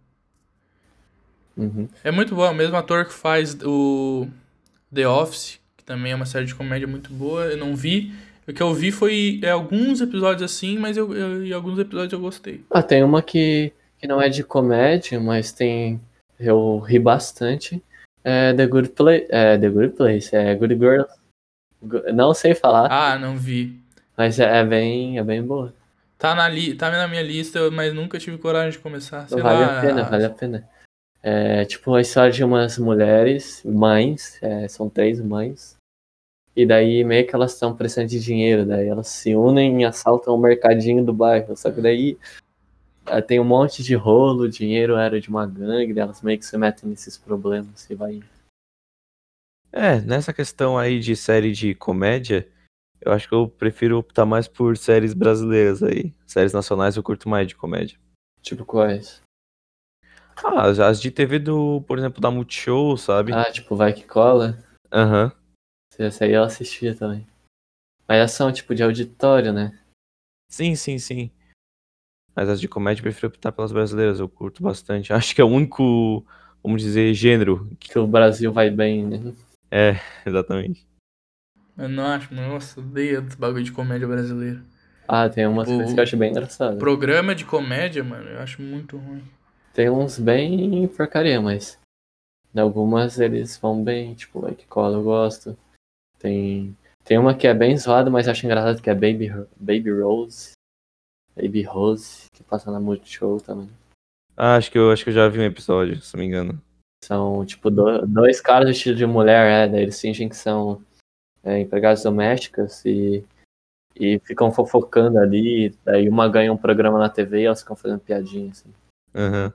Speaker 2: Uhum.
Speaker 3: É muito bom, é o mesmo ator que faz o The Office, que também é uma série de comédia muito boa. Eu não vi. O que eu vi foi alguns episódios assim, mas em alguns episódios eu gostei.
Speaker 2: Tem uma que não é de comédia, mas tem. Eu ri bastante. É The Good Place. The Good Place. É Good Girls. Não sei falar,
Speaker 3: Não vi.
Speaker 2: mas é bem boa.
Speaker 3: Tá na minha lista, mas nunca tive coragem de começar. Sei
Speaker 2: Vale a pena,
Speaker 3: lá.
Speaker 2: vale a pena. É tipo a história de umas mulheres, mães, são 3 mães. E daí meio que elas estão precisando de dinheiro, daí elas se unem e assaltam o mercadinho do bairro. Só que daí tem um monte de rolo, o dinheiro era de uma gangue, daí elas meio que se metem nesses problemas e vai.
Speaker 1: Nessa questão aí de série de comédia, eu acho que eu prefiro optar mais por séries brasileiras aí. Séries nacionais eu curto mais de comédia.
Speaker 2: Tipo quais?
Speaker 1: As de TV por exemplo, da Multishow, sabe?
Speaker 2: Tipo Vai Que Cola.
Speaker 1: Aham.
Speaker 2: Essa aí eu assistia também. Mas elas são tipo de auditório, né?
Speaker 1: Sim. Mas as de comédia eu prefiro optar pelas brasileiras, eu curto bastante. Acho que é o único, vamos dizer, gênero.
Speaker 2: Que o Brasil vai bem, né?
Speaker 1: Exatamente.
Speaker 3: Eu não acho, nossa, odeio esse bagulho de comédia brasileira.
Speaker 2: Tem umas coisas que eu
Speaker 3: Tipo,
Speaker 2: acho bem engraçado.
Speaker 3: programa de comédia, mano, eu acho muito ruim.
Speaker 2: Tem uns bem porcaria, mas em algumas eles vão bem, tipo Vai Que Cola eu gosto. Tem uma que é bem zoada, mas eu acho engraçado, que é Baby Rose. Baby Rose, que passa na Multishow também.
Speaker 1: Acho que eu já vi um episódio, se não me engano.
Speaker 2: São, tipo, dois caras vestidos de mulher, daí eles fingem que são empregadas domésticas e ficam fofocando ali. Daí uma ganha um programa na TV e elas ficam fazendo piadinha, assim.
Speaker 1: Aham.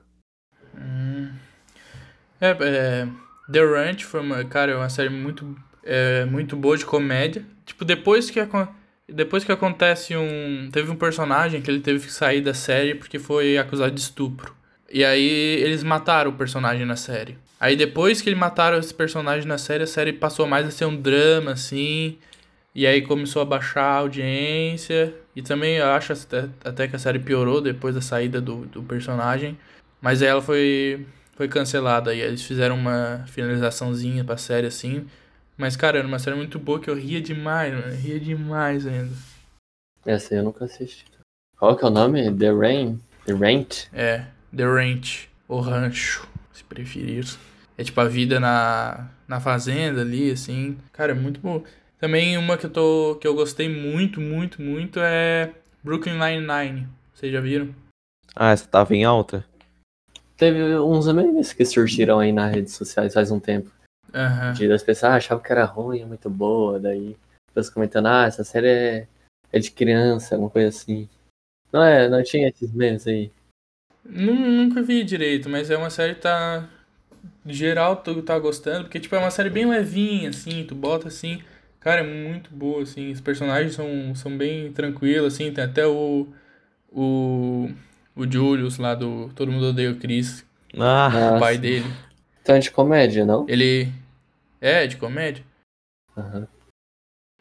Speaker 3: The Ranch foi uma série muito boa de comédia. Tipo, depois que acontece teve um personagem que ele teve que sair da série porque foi acusado de estupro. E aí eles mataram o personagem na série. Aí depois que eles mataram esse personagem na série, a série passou mais a ser um drama, assim. E aí começou a baixar a audiência. E também eu acho até que a série piorou depois da saída do personagem. Mas aí ela foi cancelada. E eles fizeram uma finalizaçãozinha pra série, assim. Mas, cara, era uma série muito boa que eu ria demais, mano. Ria demais ainda.
Speaker 2: Essa aí eu nunca assisti. Qual que é o nome? The Rain? The Rent?
Speaker 3: The Ranch. O Rancho, se preferir. É tipo a vida na fazenda ali, assim. Cara, é muito bom. Também uma que eu gostei muito, muito, muito é Brooklyn Nine-Nine. Vocês já viram?
Speaker 1: Essa tava em alta?
Speaker 2: Teve uns memes que surgiram aí nas redes sociais faz um tempo.
Speaker 3: Aham.
Speaker 2: As pessoas achavam que era ruim, é muito boa, daí pessoas comentando, essa série é de criança, alguma coisa assim. Não tinha esses memes aí.
Speaker 3: Nunca vi direito, mas é uma série que tá. De geral, tu tá gostando, porque tipo, é uma série bem levinha, assim, tu bota assim. Cara, é muito boa, assim. Os personagens são bem tranquilos, assim. Tem até o, o Julius lá do Todo Mundo Odeia o Chris, o pai
Speaker 2: Nossa.
Speaker 3: dele.
Speaker 2: Então é de comédia, não?
Speaker 3: Ele é de comédia.
Speaker 2: Aham.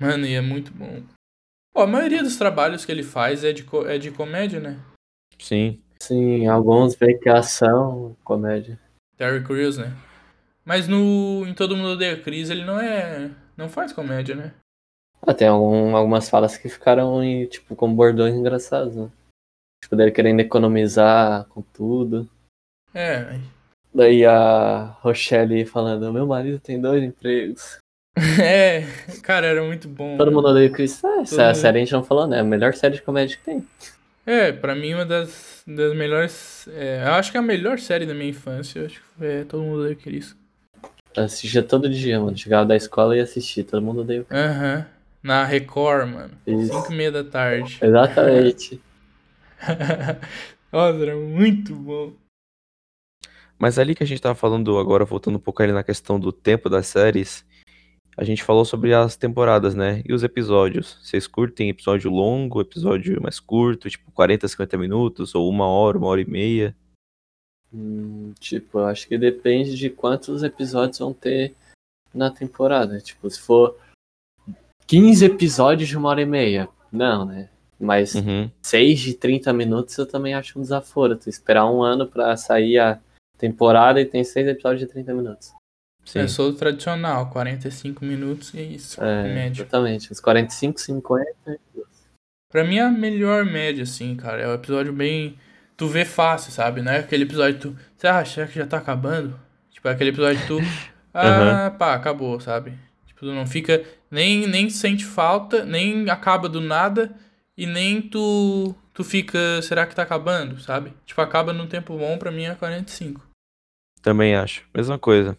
Speaker 3: Mano, e é muito bom. Pô, a maioria dos trabalhos que ele faz é de comédia, né?
Speaker 1: Sim.
Speaker 2: Sim, alguns veem que é ação, comédia.
Speaker 3: Terry Crews, né? Mas em Todo Mundo Odeia Chris, ele não faz comédia, né?
Speaker 2: Tem algumas falas que ficaram, tipo, com bordões engraçados, né? Tipo, dele querendo economizar com tudo.
Speaker 3: É,
Speaker 2: Daí a Rochelle falando, meu marido tem 2 empregos.
Speaker 3: é, cara, era muito bom,
Speaker 2: Todo mundo
Speaker 3: mano.
Speaker 2: odeia o Chris.
Speaker 3: Todo
Speaker 2: Essa série a gente não falou, né? A melhor série de comédia que tem.
Speaker 3: Pra mim, uma das melhores. Eu acho que a melhor série da minha infância, eu acho que é Todo Mundo Odeia Chris.
Speaker 2: Eu assistia todo dia, mano. Chegava da escola e assistia. Todo mundo odeia o Chris.
Speaker 3: Aham. Na Record, mano.
Speaker 2: Isso.
Speaker 3: 5:30 da tarde.
Speaker 2: Exatamente.
Speaker 3: Nossa, era muito bom.
Speaker 1: Mas ali que a gente tava falando agora, voltando um pouco ali na questão do tempo das séries, a gente falou sobre as temporadas, né? E os episódios. Vocês curtem episódio longo, episódio mais curto, tipo 40, 50 minutos, ou 1 hora e meia?
Speaker 2: Tipo, eu acho que depende de quantos episódios vão ter na temporada. Tipo, se for 15 episódios de 1 hora e meia, não, né? Mas
Speaker 1: Uhum,
Speaker 2: 6 de 30 minutos eu também acho um desaforo. Tu esperar um ano pra sair a temporada e tem 6 episódios de 30 minutos.
Speaker 3: Eu
Speaker 1: sim.
Speaker 3: sou o tradicional, 45 minutos e é isso, em média.
Speaker 2: Exatamente. Uns 45, 50.
Speaker 3: Pra mim, a melhor média, assim, cara, é o episódio bem. Tu vê fácil, sabe? Não é aquele episódio que tu. Você acha que já tá acabando? Tipo, é aquele episódio que tu.
Speaker 1: Aham,
Speaker 3: Ah, pá, acabou, sabe? Tipo, tu não fica. Nem sente falta, nem acaba do nada, e nem tu fica. Será que tá acabando, sabe? Tipo, acaba num tempo bom, pra mim é 45.
Speaker 1: também acho. Mesma coisa.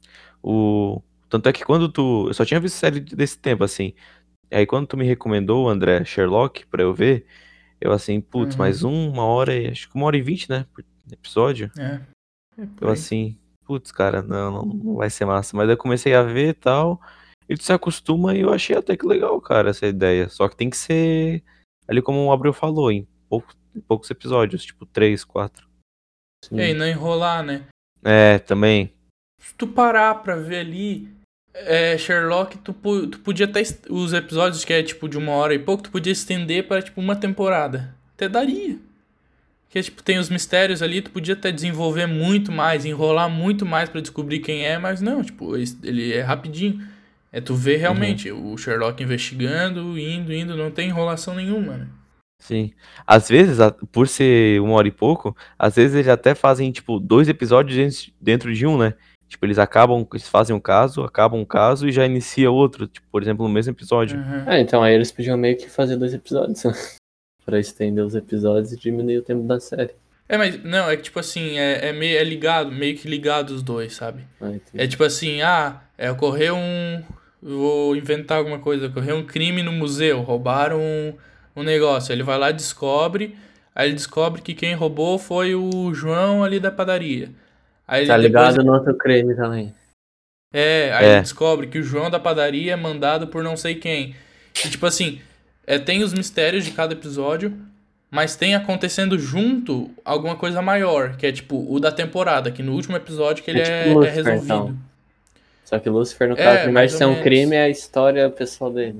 Speaker 1: O... Tanto é que quando tu. Eu só tinha visto série desse tempo, assim. E aí quando tu me recomendou, André, Sherlock, pra eu ver, eu assim, putz, mais
Speaker 3: Uhum.
Speaker 1: 1 hora e. Acho que 1 hora e 20, né? Por episódio.
Speaker 3: É, é por
Speaker 1: Eu
Speaker 3: aí.
Speaker 1: assim, putz, cara, não vai ser massa. Mas aí eu comecei a ver e tal. E tu se acostuma e eu achei até que legal, cara, essa ideia. Só que tem que ser ali como o Abreu falou, em poucos episódios, tipo 3, 4.
Speaker 3: E aí,
Speaker 2: Sim.
Speaker 3: não enrolar, né?
Speaker 1: É, também.
Speaker 3: Se tu parar pra ver ali, Sherlock, tu podia até. Os episódios que é tipo de 1 hora e pouco, tu podia estender pra tipo uma temporada. Até daria. Porque tipo, tem os mistérios ali, tu podia até desenvolver muito mais, enrolar muito mais pra descobrir quem é, mas não, tipo, ele é rapidinho. É tu ver
Speaker 1: Uhum.
Speaker 3: realmente o Sherlock investigando, indo, não tem enrolação nenhuma, né?
Speaker 1: Sim. Às vezes, por ser 1 hora e pouco, às vezes eles até fazem, tipo, 2 episódios dentro de um, né? Tipo, eles fazem um caso, acabam um caso e já inicia outro. Tipo, por exemplo, no mesmo episódio.
Speaker 3: Uhum.
Speaker 2: Então aí eles podiam meio que fazer 2 episódios. Pra estender os episódios e diminuir o tempo da série.
Speaker 3: Mas não, é que tipo assim, meio que ligado os dois, sabe? É
Speaker 2: Entendi.
Speaker 3: tipo assim, ocorreu um. Vou inventar alguma coisa, ocorreu um crime no museu, roubaram um negócio. Ele vai lá e descobre, aí ele descobre que quem roubou foi o João ali da padaria. Aí ele
Speaker 2: Tá
Speaker 3: depois.
Speaker 2: ligado no outro crime também.
Speaker 3: Aí ele
Speaker 1: É,
Speaker 3: descobre que o João da padaria é mandado por não sei quem. E tipo assim, tem os mistérios de cada episódio, mas tem acontecendo junto alguma coisa maior, que é tipo o da temporada, que no último episódio que ele
Speaker 2: É tipo
Speaker 3: é
Speaker 2: Lucifer, então.
Speaker 3: resolvido.
Speaker 2: Só que Lucifer, no caso, ao invés
Speaker 3: Mais
Speaker 2: de
Speaker 3: ou
Speaker 2: ser um crime,
Speaker 3: menos.
Speaker 2: é a história pessoal dele.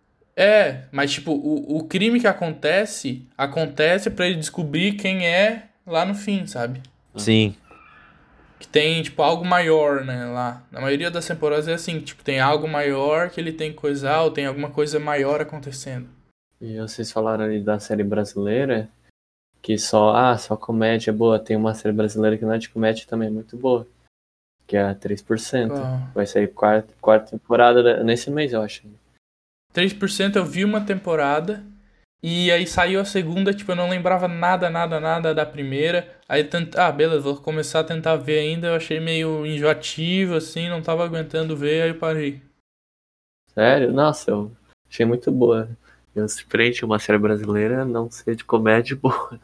Speaker 3: Mas tipo, o crime que acontece pra ele descobrir quem é lá no fim, sabe?
Speaker 1: sim.
Speaker 3: Que tem, tipo, algo maior, né, lá. Na maioria das temporadas é assim, tipo, tem algo maior que ele tem que coisar, ou tem alguma coisa maior acontecendo.
Speaker 2: E vocês falaram ali da série brasileira, que só comédia é boa. Tem uma série brasileira que não é de comédia também, é muito boa. Que é a 3%.
Speaker 3: Qual?
Speaker 2: Vai sair quarta temporada nesse mês, eu acho.
Speaker 3: 3% eu vi uma temporada, e aí saiu a segunda, tipo, eu não lembrava nada da primeira. Aí, beleza, vou começar a tentar ver ainda, eu achei meio enjoativo, assim, não tava aguentando ver, aí eu parei.
Speaker 2: Sério? Nossa, eu achei muito boa. Eu surpreende uma série brasileira não ser de comédia boa.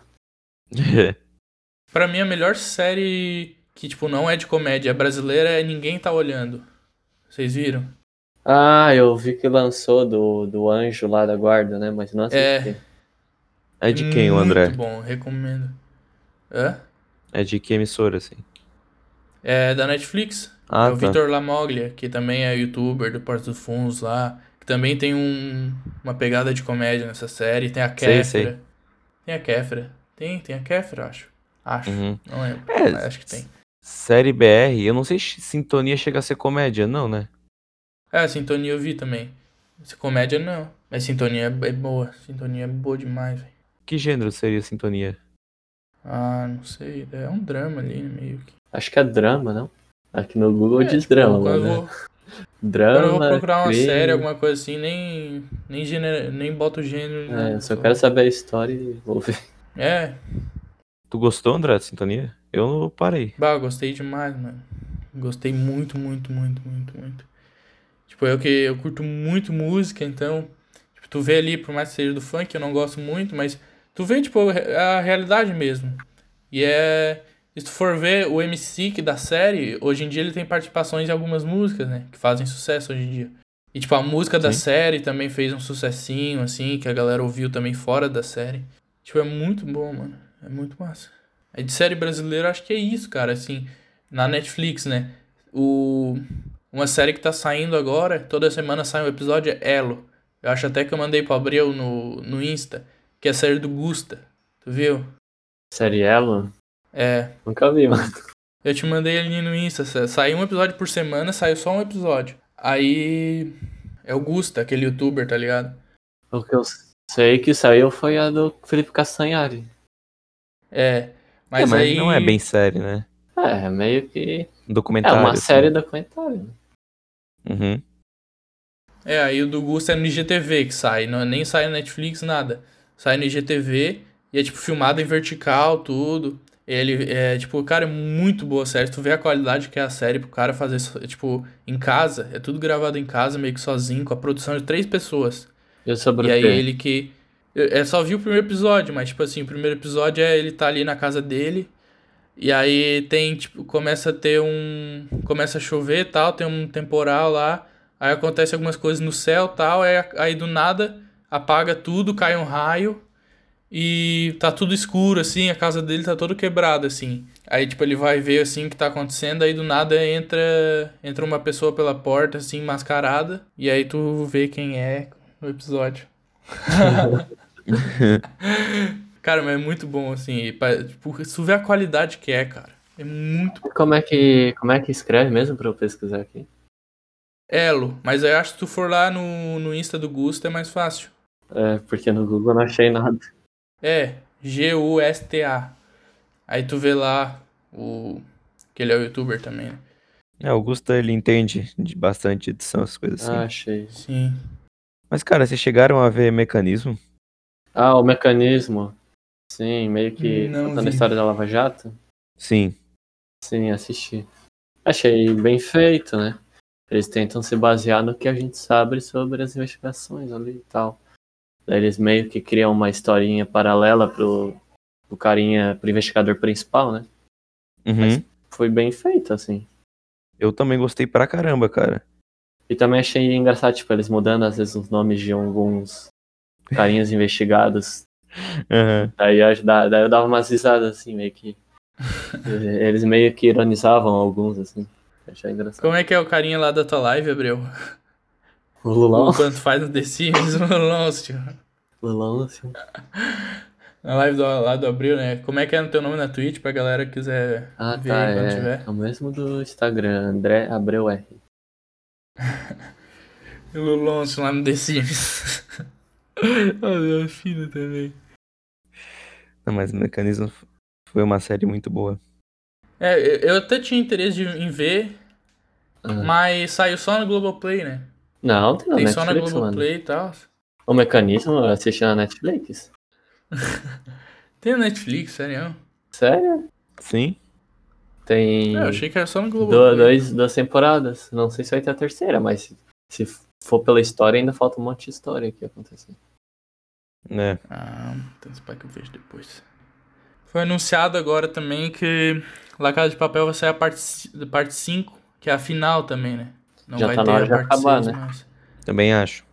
Speaker 3: Pra mim, a melhor série que, tipo, não é de comédia, é brasileira, é Ninguém Tá Olhando. Vocês viram?
Speaker 2: Eu vi que lançou do Anjo lá da Guarda, né? Mas não
Speaker 3: É,
Speaker 2: assisti.
Speaker 1: É
Speaker 3: é
Speaker 1: de quem, o
Speaker 3: muito
Speaker 1: André?
Speaker 3: bom, recomendo. Hã?
Speaker 1: É de que emissora, assim?
Speaker 3: É da Netflix. É
Speaker 1: Ah,
Speaker 3: o
Speaker 1: tá.
Speaker 3: Vitor Lamoglia, que também é youtuber do Porto dos Fundos lá. Também tem uma pegada de comédia nessa série. Tem a
Speaker 1: Sei,
Speaker 3: Kéfera.
Speaker 1: sei.
Speaker 3: Tem a Kéfera. Tem a Kéfera, eu acho. Acho.
Speaker 1: Uhum.
Speaker 3: Não lembro.
Speaker 1: É,
Speaker 3: Mas acho que tem.
Speaker 1: série BR, eu não sei se Sintonia chega a ser comédia, não, né?
Speaker 3: É, Sintonia eu vi também. Essa comédia não. Mas Sintonia é boa. Sintonia é boa demais, velho.
Speaker 1: Que gênero seria Sintonia?
Speaker 3: Ah, não sei. É um drama ali, meio que.
Speaker 2: Acho que é drama, não? Aqui no Google diz
Speaker 3: tipo,
Speaker 2: drama,
Speaker 3: quando eu
Speaker 2: né?
Speaker 3: vou, quando eu vou
Speaker 2: Drama,
Speaker 3: procurar uma série,
Speaker 2: crime.
Speaker 3: alguma coisa assim, nem boto gênero.
Speaker 2: É,
Speaker 3: nada,
Speaker 2: eu só
Speaker 3: só-
Speaker 2: quero saber a história e vou ver.
Speaker 3: É,
Speaker 1: Tu gostou, André, de Sintonia? Eu não parei.
Speaker 3: bah, gostei demais, mano. Gostei muito, muito, muito, muito, muito. Tipo, eu curto muito música, então, tipo, tu vê ali, por mais que seja do funk, eu não gosto muito, mas tu vê, tipo, a realidade mesmo. E se tu for ver o MC que da série, hoje em dia ele tem participações em algumas músicas, né? Que fazem sucesso hoje em dia. E, tipo, a música da
Speaker 1: Sim.
Speaker 3: série também fez um sucessinho, assim, que a galera ouviu também fora da série. Tipo, é muito bom, mano. É muito massa. Aí de série brasileira, acho que é isso, cara, assim, na Netflix, né? Uma série que tá saindo agora, toda semana sai um episódio, é Elo. Eu acho até que eu mandei pro Abreu no Insta, que é a série do Gusta. Tu viu?
Speaker 2: Série Elo?
Speaker 3: É.
Speaker 2: Nunca vi, mano.
Speaker 3: Eu te mandei ali no Insta, sai um episódio por semana, saiu só um episódio. Aí é o Gusta, aquele youtuber, tá ligado?
Speaker 2: O que eu sei que saiu foi a do Felipe Castanhari.
Speaker 3: É, mas
Speaker 1: mas
Speaker 3: aí...
Speaker 1: não é bem série, né?
Speaker 2: É, meio que. É
Speaker 1: Documentário,
Speaker 2: uma série
Speaker 1: assim.
Speaker 2: documentária. Né?
Speaker 1: Uhum.
Speaker 3: É, aí o do Gusta é no IGTV que sai, não, nem sai no Netflix, nada. Sai no IGTV e é tipo filmado em vertical, tudo. Ele é tipo, cara, é muito boa a série. Tu vê a qualidade que é a série pro cara fazer, tipo, em casa. É tudo gravado em casa, meio que sozinho, com a produção de 3 pessoas.
Speaker 2: E sobre
Speaker 3: E
Speaker 2: o
Speaker 3: aí
Speaker 2: quê?
Speaker 3: ele que. Eu só vi o primeiro episódio, mas tipo assim, o primeiro episódio é ele tá ali na casa dele. E aí tem, tipo, começa a ter um. Começa a chover e tal, tem um temporal lá. Aí acontece algumas coisas no céu e tal. Aí do nada apaga tudo, cai um raio. E tá tudo escuro, assim, a casa dele tá toda quebrada, assim. Aí, tipo, ele vai ver, assim, o que tá acontecendo, aí do nada entra uma pessoa pela porta, assim, mascarada. E aí tu vê quem é no episódio. Cara, mas é muito bom, assim, tipo, se tu vê a qualidade que é, cara. É muito
Speaker 2: Como é que escreve mesmo pra eu pesquisar aqui?
Speaker 3: Elo. Mas eu acho que se tu for lá no Insta do Gusto é mais fácil.
Speaker 2: É, porque no Google eu não achei nada.
Speaker 3: É, Gusta. Aí tu vê lá que ele é o youtuber também, né?
Speaker 1: É, o Augusto, ele entende de bastante edição, essas coisas assim.
Speaker 2: Ah, achei.
Speaker 3: Sim.
Speaker 1: Mas, cara, vocês chegaram a ver Mecanismo?
Speaker 2: Ah, o mecanismo. Sim, meio que
Speaker 3: Não
Speaker 2: contando
Speaker 3: vi.
Speaker 2: a história da Lava Jato.
Speaker 1: Sim.
Speaker 2: Sim, assisti. Achei bem feito, né? Eles tentam se basear no que a gente sabe sobre as investigações ali e tal. Daí eles meio que criam uma historinha paralela pro investigador principal, né?
Speaker 1: Uhum.
Speaker 2: Mas foi bem feito, assim.
Speaker 1: Eu também gostei pra caramba, cara.
Speaker 2: E também achei engraçado, tipo, eles mudando às vezes os nomes de alguns carinhas investigados.
Speaker 1: Uhum.
Speaker 2: Daí eu dava umas risadas, assim, meio que. Eles meio que ironizavam alguns, assim. Achei engraçado.
Speaker 3: Como é que é o carinha lá da tua live, Abreu?
Speaker 2: O Lulão?
Speaker 3: O quanto faz no The Sims, o Lúcio.
Speaker 2: Lulão, assim.
Speaker 3: Na live lá do Abreu, né? Como é que é o teu nome na Twitch pra galera que quiser
Speaker 2: Ah,
Speaker 3: ver
Speaker 2: tá,
Speaker 3: aí quando
Speaker 2: é.
Speaker 3: tiver?
Speaker 2: É o mesmo do Instagram, André Abreu R.
Speaker 3: E o Lúcio lá no The Sims. Oh, meu filho também.
Speaker 1: Não, mas Mecanismo foi uma série muito boa.
Speaker 3: É, eu até tinha interesse em ver,
Speaker 2: Ah.
Speaker 3: mas saiu só no Globoplay, né?
Speaker 2: Não, tem na
Speaker 3: Tem só na
Speaker 2: Netflix, mano.
Speaker 3: Globoplay e tal.
Speaker 2: O mecanismo eu assisti na Netflix.
Speaker 3: Tem na Netflix, sério?
Speaker 2: Sério?
Speaker 1: Sim.
Speaker 2: Tem
Speaker 3: Eu achei que era só no Globoplay.
Speaker 2: duas temporadas. Não sei se vai ter a terceira, mas se for pela história, ainda falta um monte de história aqui acontecendo.
Speaker 1: É.
Speaker 3: Ah, então esse pai que eu vejo depois. Foi anunciado agora também que La Casa de Papel vai sair a parte 5, que é a final também, né? Não
Speaker 2: Já
Speaker 3: vai
Speaker 2: tá
Speaker 3: ter
Speaker 2: na hora
Speaker 3: a
Speaker 2: de
Speaker 3: parte
Speaker 2: acabar,
Speaker 3: 6,
Speaker 2: né?
Speaker 3: mas...
Speaker 1: Também acho.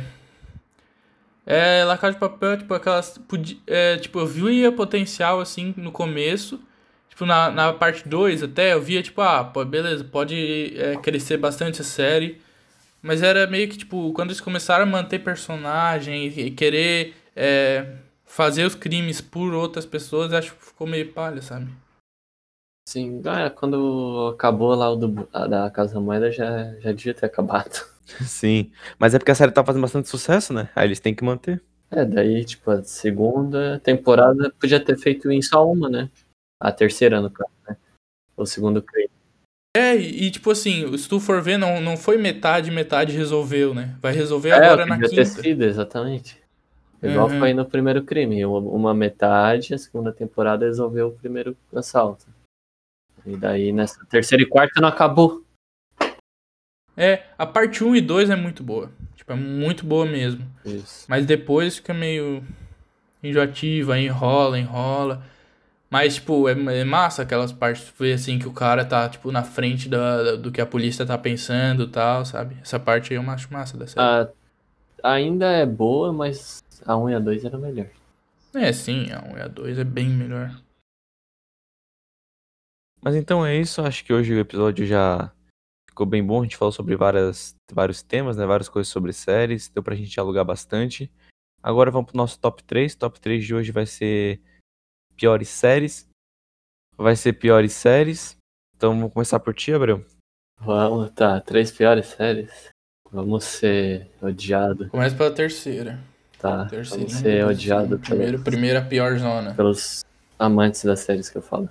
Speaker 3: La Casa de Papel, tipo, aquelas... tipo, eu via potencial, assim, no começo. Tipo, na parte 2 até, eu via, tipo, pô, beleza, pode crescer bastante a série. Mas era meio que, tipo, quando eles começaram a manter personagem e querer fazer os crimes por outras pessoas, acho que ficou meio palha, sabe?
Speaker 2: Sim, quando acabou lá a da Casa da Moeda, já devia ter acabado.
Speaker 1: Sim. Mas é porque a série tá fazendo bastante sucesso, né? Aí eles têm que manter.
Speaker 2: Daí, tipo, a segunda temporada podia ter feito em só uma, né? A terceira, no caso, né? O segundo crime.
Speaker 3: Tipo assim, se tu for ver, não foi metade resolveu, né? Vai resolver agora na
Speaker 2: Podia ter
Speaker 3: quinta.
Speaker 2: sido, exatamente. Igual
Speaker 3: Uhum.
Speaker 2: foi no primeiro crime. Uma metade, a segunda temporada resolveu o primeiro assalto. E daí, nessa terceira e quarta, não acabou.
Speaker 3: A parte 1 e 2 é muito boa. Tipo, é muito boa mesmo.
Speaker 2: Isso.
Speaker 3: Mas depois fica meio enjoativa, enrola. Mas, tipo, é massa aquelas partes, ver assim, que o cara tá, tipo, na frente do que a polícia tá pensando e tal, sabe? Essa parte aí eu acho massa da série.
Speaker 2: Ainda é boa, mas a 1 e a 2 era melhor.
Speaker 3: Sim, a 1 e a 2 é bem melhor.
Speaker 1: Mas então é isso. Acho que hoje o episódio já ficou bem bom. A gente falou sobre vários temas, né? Várias coisas sobre séries. Deu pra gente alugar bastante. Agora vamos pro nosso top 3. Top 3 de hoje vai ser piores séries. Então vamos começar por ti, Abreu.
Speaker 2: Vamos, tá. 3 piores séries. Vamos ser odiado.
Speaker 3: Começa pela terceira.
Speaker 2: Tá. Vamos
Speaker 3: Terceirinha,
Speaker 2: ser
Speaker 3: depois o
Speaker 2: odiado
Speaker 3: segundo. Primeira pior zona.
Speaker 2: pelos amantes das séries que eu falo.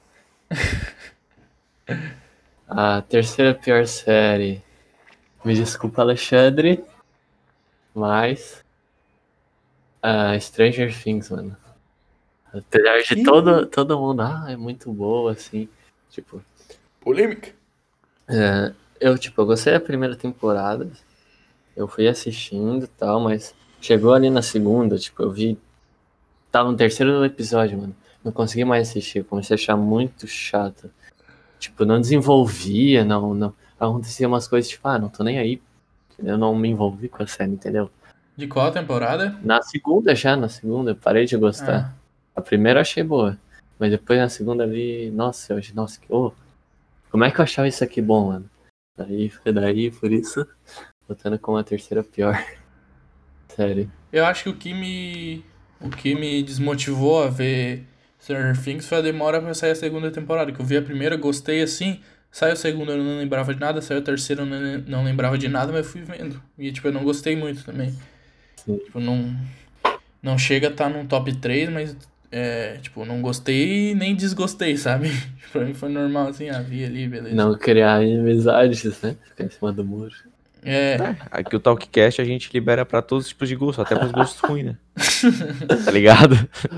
Speaker 2: A terceira pior série. Me desculpa, Alexandre. Mas. Stranger Things, mano. Apesar de todo mundo. É muito boa, assim. Tipo.
Speaker 3: Polêmica.
Speaker 2: Eu gostei da primeira temporada. Eu fui assistindo e tal, mas chegou ali na segunda, tipo, eu vi. Tava no terceiro episódio, mano. Não consegui mais assistir, comecei a achar muito chato. Tipo, não desenvolvia, não. Acontecia umas coisas, tipo, não tô nem aí. Eu não me envolvi com a série, entendeu?
Speaker 3: De qual temporada?
Speaker 2: Na segunda, eu parei de gostar.
Speaker 3: Ah.
Speaker 2: A primeira eu achei boa. Mas depois na segunda eu vi. Nossa, como é que eu achava isso aqui bom, mano? Daí, por isso, botando como a terceira pior. Sério.
Speaker 3: Eu acho que o que me desmotivou a ver Stranger Things foi a demora pra sair a segunda temporada. Que eu vi a primeira, gostei assim. Saiu a segunda, eu não lembrava de nada. Saiu a terceira, eu não lembrava de nada, mas fui vendo. E, tipo, eu não gostei muito também.
Speaker 2: Sim.
Speaker 3: Tipo, não chega a estar num top 3, mas, tipo, não gostei nem desgostei, sabe? Pra mim foi normal, assim, vi ali, beleza.
Speaker 2: Não criar inimizades, né? Ficar em cima do muro.
Speaker 1: Aqui o Talkcast a gente libera pra todos os tipos de gosto, até pros gostos ruins, né? Tá ligado?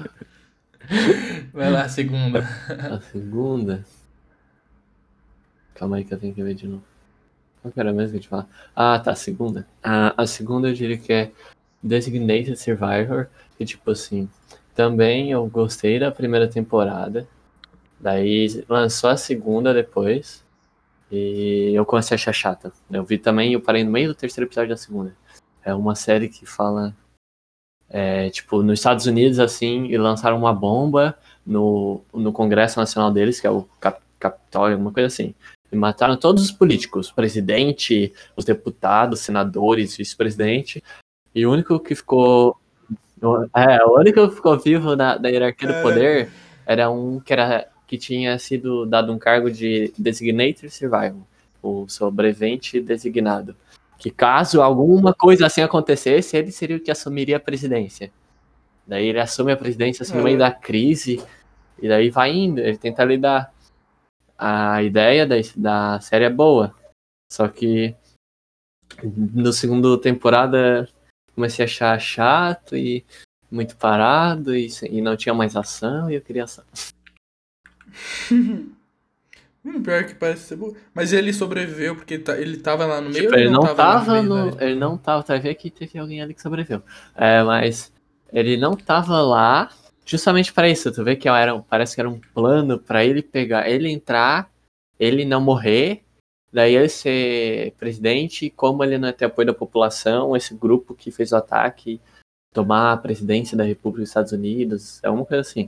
Speaker 3: Vai lá, segunda.
Speaker 2: A segunda. Calma aí que eu tenho que ver de novo. Qual que era mesmo que eu te falar? Tá, a segunda. A segunda eu diria que é Designated Survivor. Que tipo assim, também eu gostei da primeira temporada. Daí lançou a segunda depois. E eu comecei a achar chata. Eu vi também, eu parei no meio do terceiro episódio da segunda. É uma série que fala. Tipo, nos Estados Unidos, assim, e lançaram uma bomba no Congresso Nacional deles, que é o Capitólio, alguma coisa assim. E mataram todos os políticos, o presidente, os deputados, senadores, vice-presidente. E o único que ficou. O único que ficou vivo da hierarquia do poder era um que tinha sido dado um cargo de Designated Survivor, o sobrevivente designado. Que caso alguma coisa assim acontecesse, ele seria o que assumiria a presidência. Daí ele assume a presidência assim, no meio da crise, e daí vai indo, ele tenta lidar. A ideia da série é boa, só que no segundo temporada comecei a achar chato e muito parado, e não tinha mais ação, e eu queria ação.
Speaker 3: Pior que parece ser bom. Mas ele sobreviveu porque ele tava lá no meio
Speaker 2: Tipo,
Speaker 3: ou
Speaker 2: ele
Speaker 3: ele não
Speaker 2: não
Speaker 3: tava lá
Speaker 2: tava
Speaker 3: no meio
Speaker 2: ele não tava, vai ver que teve alguém ali que sobreviveu. Mas ele não tava lá justamente para isso. Tu vê que parece que era um plano para ele pegar, ele entrar, ele não morrer, daí ele ser presidente, e como ele não ia ter apoio da população, esse grupo que fez o ataque tomar a presidência da República dos Estados Unidos, é uma coisa assim.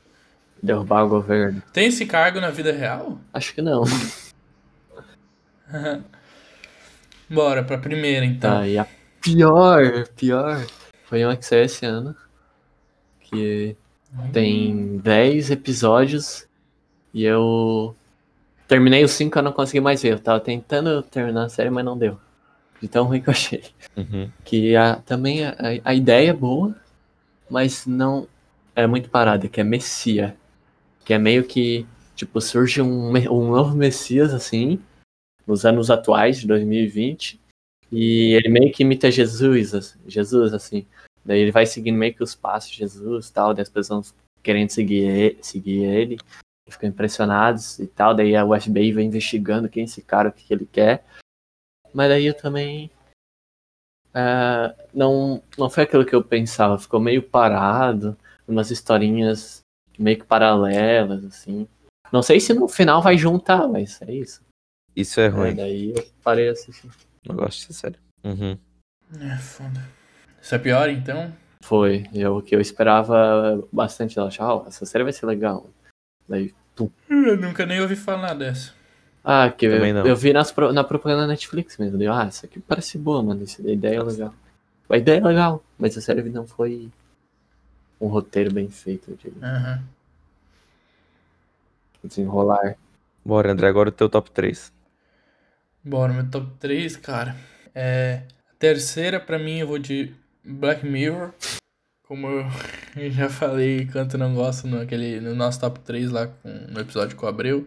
Speaker 2: Derrubar o governo.
Speaker 3: Tem esse cargo na vida real?
Speaker 2: Acho que não.
Speaker 3: Bora pra primeira, então.
Speaker 2: Tá, e a pior foi uma que saiu esse ano, que tem 10 episódios e eu terminei os 5 e eu não consegui mais ver. Eu tava tentando terminar a série, mas não deu. De tão ruim que eu achei. Que também a ideia é boa, mas não é muito parada, que é Messia. Que é meio que, tipo, surge um novo Messias, assim, nos anos atuais, de 2020, e ele meio que imita Jesus, assim. Daí ele vai seguindo meio que os passos de Jesus e tal, daí as pessoas querendo seguir ele, ficam impressionados e tal, daí a FBI vai investigando quem é esse cara, o que ele quer. Mas daí eu também... não foi aquilo que eu pensava, ficou meio parado, umas historinhas meio que paralelas, assim. Não sei se no final vai juntar, mas é isso.
Speaker 1: Isso é ruim.
Speaker 2: Daí eu parei de assistir.
Speaker 1: Não gosto de série.
Speaker 3: É foda. Isso é pior, então?
Speaker 2: Foi, o que eu esperava bastante. Eu achava, essa série vai ser legal. Daí,
Speaker 3: Eu nunca nem ouvi falar dessa.
Speaker 2: que
Speaker 1: Também não.
Speaker 2: eu vi na propaganda da Netflix mesmo. Daí, isso aqui parece boa, mano. A ideia é legal. A ideia é legal, mas a série não foi um roteiro bem feito, eu digo. Desenrolar.
Speaker 1: Bora, André, agora o teu top 3.
Speaker 3: Bora, meu top 3, cara. A terceira, pra mim, eu vou de Black Mirror. Como eu já falei, quanto não gosto no nosso top 3 lá, no episódio com o Abreu.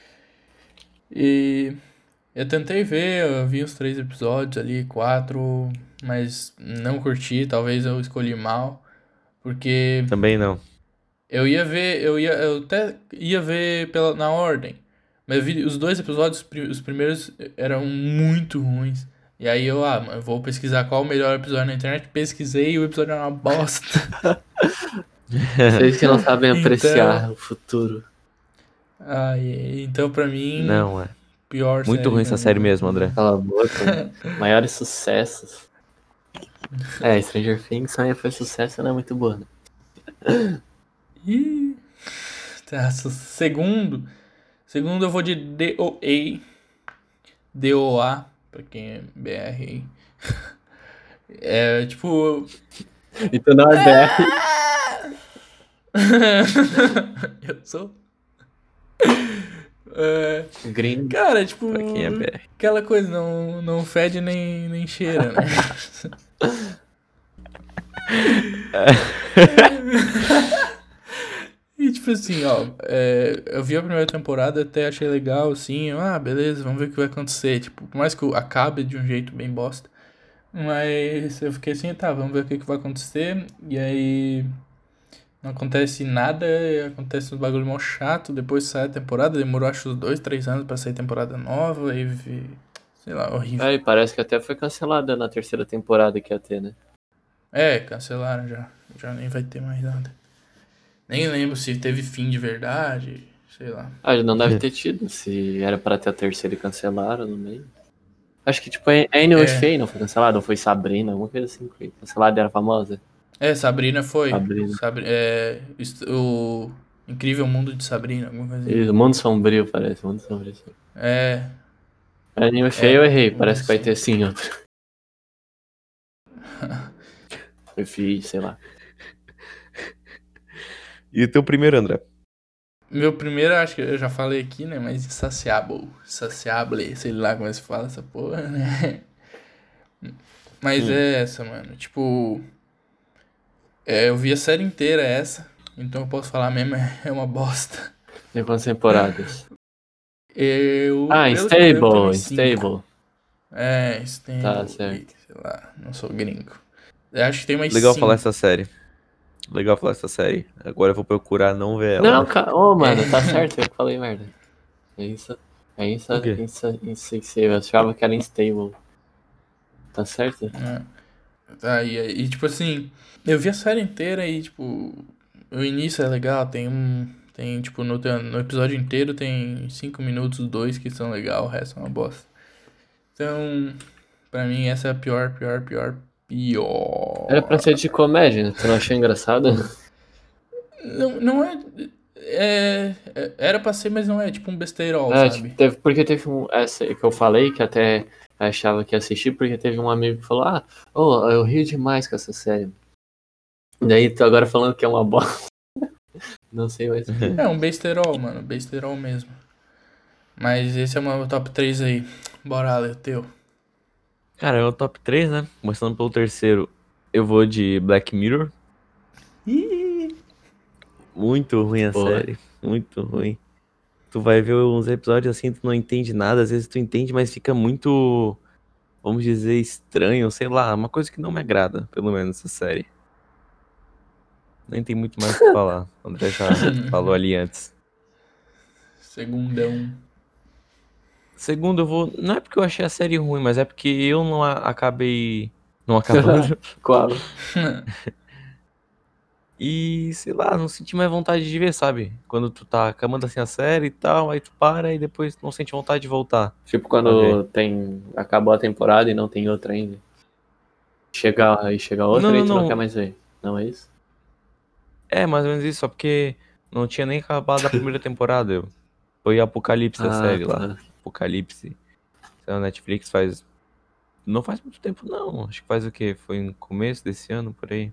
Speaker 3: E eu tentei ver, eu vi os 3 episódios ali, 4, mas não curti, talvez eu escolhi mal. Porque
Speaker 1: Também não.
Speaker 3: eu até ia ver na ordem. Mas eu vi os 2 episódios, os primeiros eram muito ruins. E aí eu vou pesquisar qual o melhor episódio na internet. Pesquisei e o episódio era uma bosta.
Speaker 2: Vocês que não sabem apreciar o futuro.
Speaker 3: Então pra mim...
Speaker 1: Não,
Speaker 3: Pior
Speaker 1: muito
Speaker 3: série
Speaker 1: ruim essa série mesmo, André.
Speaker 2: Cala a boca. Maiores sucessos. Stranger Things também foi sucesso, não é muito boa, né?
Speaker 3: Tá, segundo eu vou de DOA. DOA, pra quem é BR. É tipo...
Speaker 2: E tu não é BR.
Speaker 3: Eu sou...
Speaker 2: Gringo.
Speaker 3: Cara, tipo...
Speaker 1: Pra quem é BR.
Speaker 3: Aquela coisa, não fede nem cheira, né? E tipo assim, eu vi a primeira temporada, até achei legal, assim, beleza, vamos ver o que vai acontecer. Tipo, por mais que acabe de um jeito bem bosta. Mas eu fiquei assim, tá, vamos ver o que vai acontecer. E aí não acontece nada, acontece um bagulho mó chato. Depois sai a temporada, demorou acho uns 2, 3 anos pra sair temporada nova. E sei lá, horrível.
Speaker 2: E parece que até foi cancelada na terceira temporada que ia ter, né?
Speaker 3: Cancelaram já. Já nem vai ter mais nada. Nem lembro se teve fim de verdade, sei lá.
Speaker 2: Não deve ter tido, se era pra ter a terceira e cancelaram no meio. Acho que tipo, a Anne Faye não foi cancelada, ou foi Sabrina, alguma coisa assim, foi cancelada, era famosa.
Speaker 3: Sabrina foi.
Speaker 2: Sabrina.
Speaker 3: O Incrível Mundo de Sabrina, alguma coisa assim.
Speaker 2: Isso, Mundo Sombrio, parece, Mundo Sombrio. A Anne Faye eu errei, parece que vai ter sim outra. Eu fiz, sei lá.
Speaker 1: E o teu primeiro, André?
Speaker 3: Meu primeiro, acho que eu já falei aqui, né? Mas Insaciable, sei lá como é que se fala essa porra, né? Mas é essa, mano. Tipo, eu vi a série inteira essa, então eu posso falar mesmo, é uma bosta.
Speaker 2: Tem quantas temporadas?
Speaker 3: Stable.
Speaker 2: Stable.
Speaker 3: Stable.
Speaker 2: Tá certo.
Speaker 3: Sei lá, não sou gringo. Eu acho que tem mais
Speaker 1: Legal
Speaker 3: 5.
Speaker 1: falar essa série. Agora eu vou procurar não ver ela.
Speaker 2: Não, mano, tá certo, eu falei merda. É isso. Eu achava que era Instable. Tá certo?
Speaker 3: Tá, e tipo assim, eu vi a série inteira e tipo, o início é legal, tem tipo, no episódio inteiro tem 5 minutos, 2 que são legal, o resto é uma bosta. Então, pra mim essa é a pior.
Speaker 2: Era pra ser de comédia, né? Tu não achou engraçado?
Speaker 3: Não é... Era pra ser, mas não é, tipo um besteirol,
Speaker 2: É,
Speaker 3: sabe?
Speaker 2: tipo, porque teve essa que eu falei, que até achava que ia assistir, porque teve um amigo que falou, eu rio demais com essa série. Daí tô agora falando que é uma bosta. Não sei mais o que.
Speaker 3: É um besteirol, mano, besteirol mesmo. Mas esse é o meu top 3 aí. Bora, Ale, o teu.
Speaker 1: Cara, é o top 3, né? Começando pelo terceiro, eu vou de Black Mirror.
Speaker 3: Ih,
Speaker 1: Muito ruim a
Speaker 2: Boa.
Speaker 1: série, muito ruim. Tu vai ver uns episódios assim, tu não entende nada, às vezes tu entende, mas fica muito, vamos dizer, estranho, sei lá, uma coisa que não me agrada, pelo menos, essa série. Nem tem muito mais o que falar, o André já falou ali antes.
Speaker 3: segundão.
Speaker 1: Segundo, eu vou. Não é porque eu achei a série ruim, mas é porque eu não acabei não acabando.
Speaker 2: Qual?
Speaker 1: E, sei lá, não senti mais vontade de ver, sabe? Quando tu tá acabando assim a série e tal, aí tu para e depois não sente vontade de voltar
Speaker 2: Tipo
Speaker 1: a ver.
Speaker 2: quando acabou a temporada e não tem outra ainda. Chega
Speaker 1: Não,
Speaker 2: outra e
Speaker 1: não,
Speaker 2: tu não quer
Speaker 1: não.
Speaker 2: mais ver. Não é isso?
Speaker 1: É mais ou menos isso, só porque não tinha nem acabado a primeira temporada. Foi Apocalipse a
Speaker 2: Ah,
Speaker 1: série lá.
Speaker 2: tá.
Speaker 1: Apocalipse. Saiu na Netflix faz. Não faz muito tempo, não. Acho que faz o quê? Foi no começo desse ano, por aí.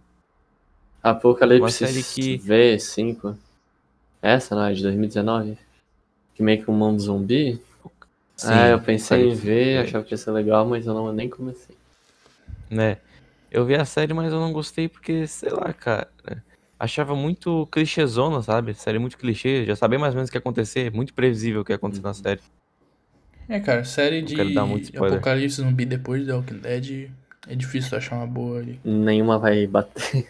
Speaker 1: Uma
Speaker 2: Apocalipse
Speaker 1: série que.
Speaker 2: V5. Essa não é de 2019? Que meio que um mundo zumbi? Eu
Speaker 1: Sim,
Speaker 2: pensei em
Speaker 1: Apocalipse.
Speaker 2: ver, achava que ia ser legal, mas eu não nem comecei.
Speaker 1: Né? Eu vi a série, mas eu não gostei porque, sei lá, cara. Achava muito clichêzona, sabe? Série muito clichê. Já sabia mais ou menos o que ia acontecer. Muito previsível o que ia acontecer na série.
Speaker 3: É, cara, série
Speaker 1: Não quero dar muito
Speaker 3: de
Speaker 1: spoiler.
Speaker 3: Apocalipse zumbi depois de The Walking Dead é difícil tu achar uma boa ali.
Speaker 2: Nenhuma vai bater.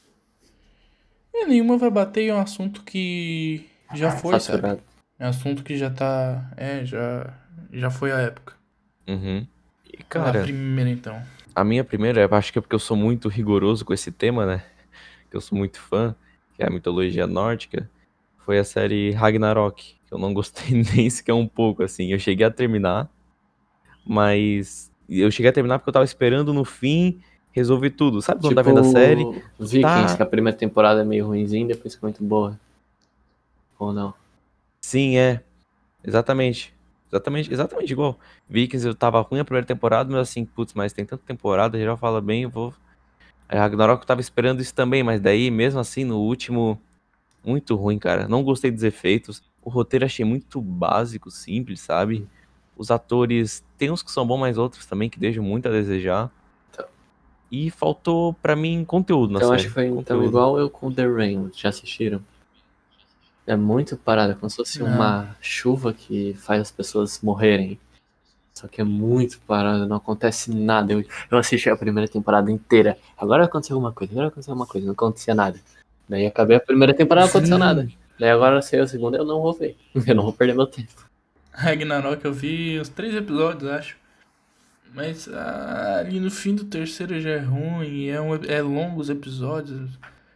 Speaker 3: Nenhuma vai bater em um assunto que já foi, sabe?
Speaker 2: Saturado.
Speaker 3: É um assunto que já tá. Já foi a época.
Speaker 1: Uhum. E,
Speaker 3: Qual é a
Speaker 1: cara,
Speaker 3: primeira então?
Speaker 1: a minha primeira, acho que é porque eu sou muito rigoroso com esse tema, né? Que eu sou muito fã, que é a mitologia nórdica. Foi a série Ragnarok, que eu não gostei nem sequer um pouco, assim. Eu cheguei a terminar, mas eu cheguei a terminar porque eu tava esperando no fim resolver tudo. Sabe quando tá vendo a série?
Speaker 2: Tipo
Speaker 1: Tu
Speaker 2: Vikings, que
Speaker 1: tá.
Speaker 2: a primeira temporada é meio ruinzinha e depois fica muito boa. Ou não?
Speaker 1: Sim, é. Exatamente. Exatamente igual. Vikings eu tava ruim a primeira temporada, mas assim, putz, mas tem tanta temporada, geral fala bem, eu vou. Aí Ragnarok eu tava esperando isso também, mas daí, mesmo assim, no último, muito ruim, cara. Não gostei dos efeitos. O roteiro achei muito básico, simples, sabe? Os atores, tem uns que são bons, mas outros também que deixam muito a desejar.
Speaker 2: Então,
Speaker 1: E faltou pra mim conteúdo na
Speaker 2: então acho que
Speaker 1: série.
Speaker 2: foi então
Speaker 1: Conteúdo.
Speaker 2: igual eu com The Rain. Já assistiram? É muito parada, como se fosse
Speaker 3: Não.
Speaker 2: uma chuva que faz as pessoas morrerem. Só que é muito parada, não acontece nada. Eu assisti a primeira temporada inteira. Agora aconteceu alguma coisa, agora aconteceu alguma coisa, não acontecia nada. Daí acabei a primeira temporada, não aconteceu nada.
Speaker 1: Sim.
Speaker 2: Daí agora saiu a segunda, eu não vou ver. Eu não vou perder meu tempo.
Speaker 3: Ragnarok eu vi uns 3 episódios, acho. Mas ali no fim do terceiro já é ruim, é longo os episódios.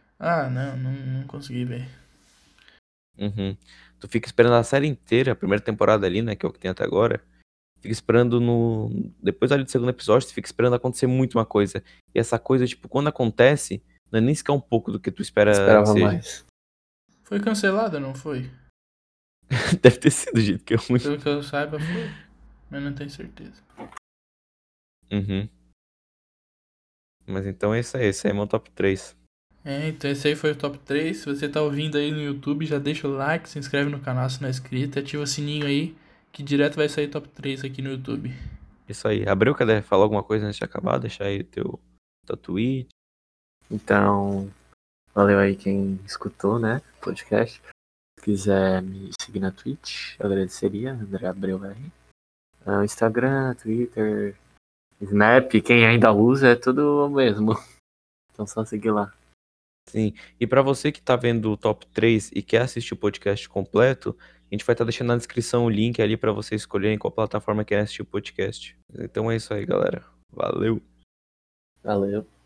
Speaker 3: Não consegui ver.
Speaker 1: Uhum. Tu fica esperando a série inteira, a primeira temporada ali, né, que é o que tem até agora. Fica esperando no. Depois ali do segundo episódio, tu fica esperando acontecer muito uma coisa. E essa coisa, tipo, quando acontece, não é nem sequer um pouco do que tu espera que
Speaker 2: Esperava
Speaker 1: seja.
Speaker 2: mais.
Speaker 3: Foi cancelada, não foi?
Speaker 1: Deve ter sido do jeito que é ruim.
Speaker 3: Pelo que eu saiba, foi. Mas não tenho certeza.
Speaker 1: Uhum. Mas então é isso aí, esse aí é meu top 3.
Speaker 3: Então esse aí foi o top 3. Se você tá ouvindo aí no YouTube, já deixa o like, se inscreve no canal se não é inscrito, ativa o sininho aí, que direto vai sair top 3 aqui no YouTube.
Speaker 1: Isso aí. Abreu, quer falar alguma coisa antes de acabar? Deixar aí teu tweet.
Speaker 2: Então, valeu aí quem escutou, né? Podcast. Se quiser me seguir na Twitch, eu agradeceria. André Abreu aí. Instagram, Twitter, Snap, quem ainda usa é tudo o mesmo. Então só seguir lá.
Speaker 1: Sim. E pra você que tá vendo o top 3 e quer assistir o podcast completo, a gente vai estar deixando na descrição o link ali pra você escolher em qual plataforma quer assistir o podcast. Então é isso aí, galera. Valeu!
Speaker 2: Valeu.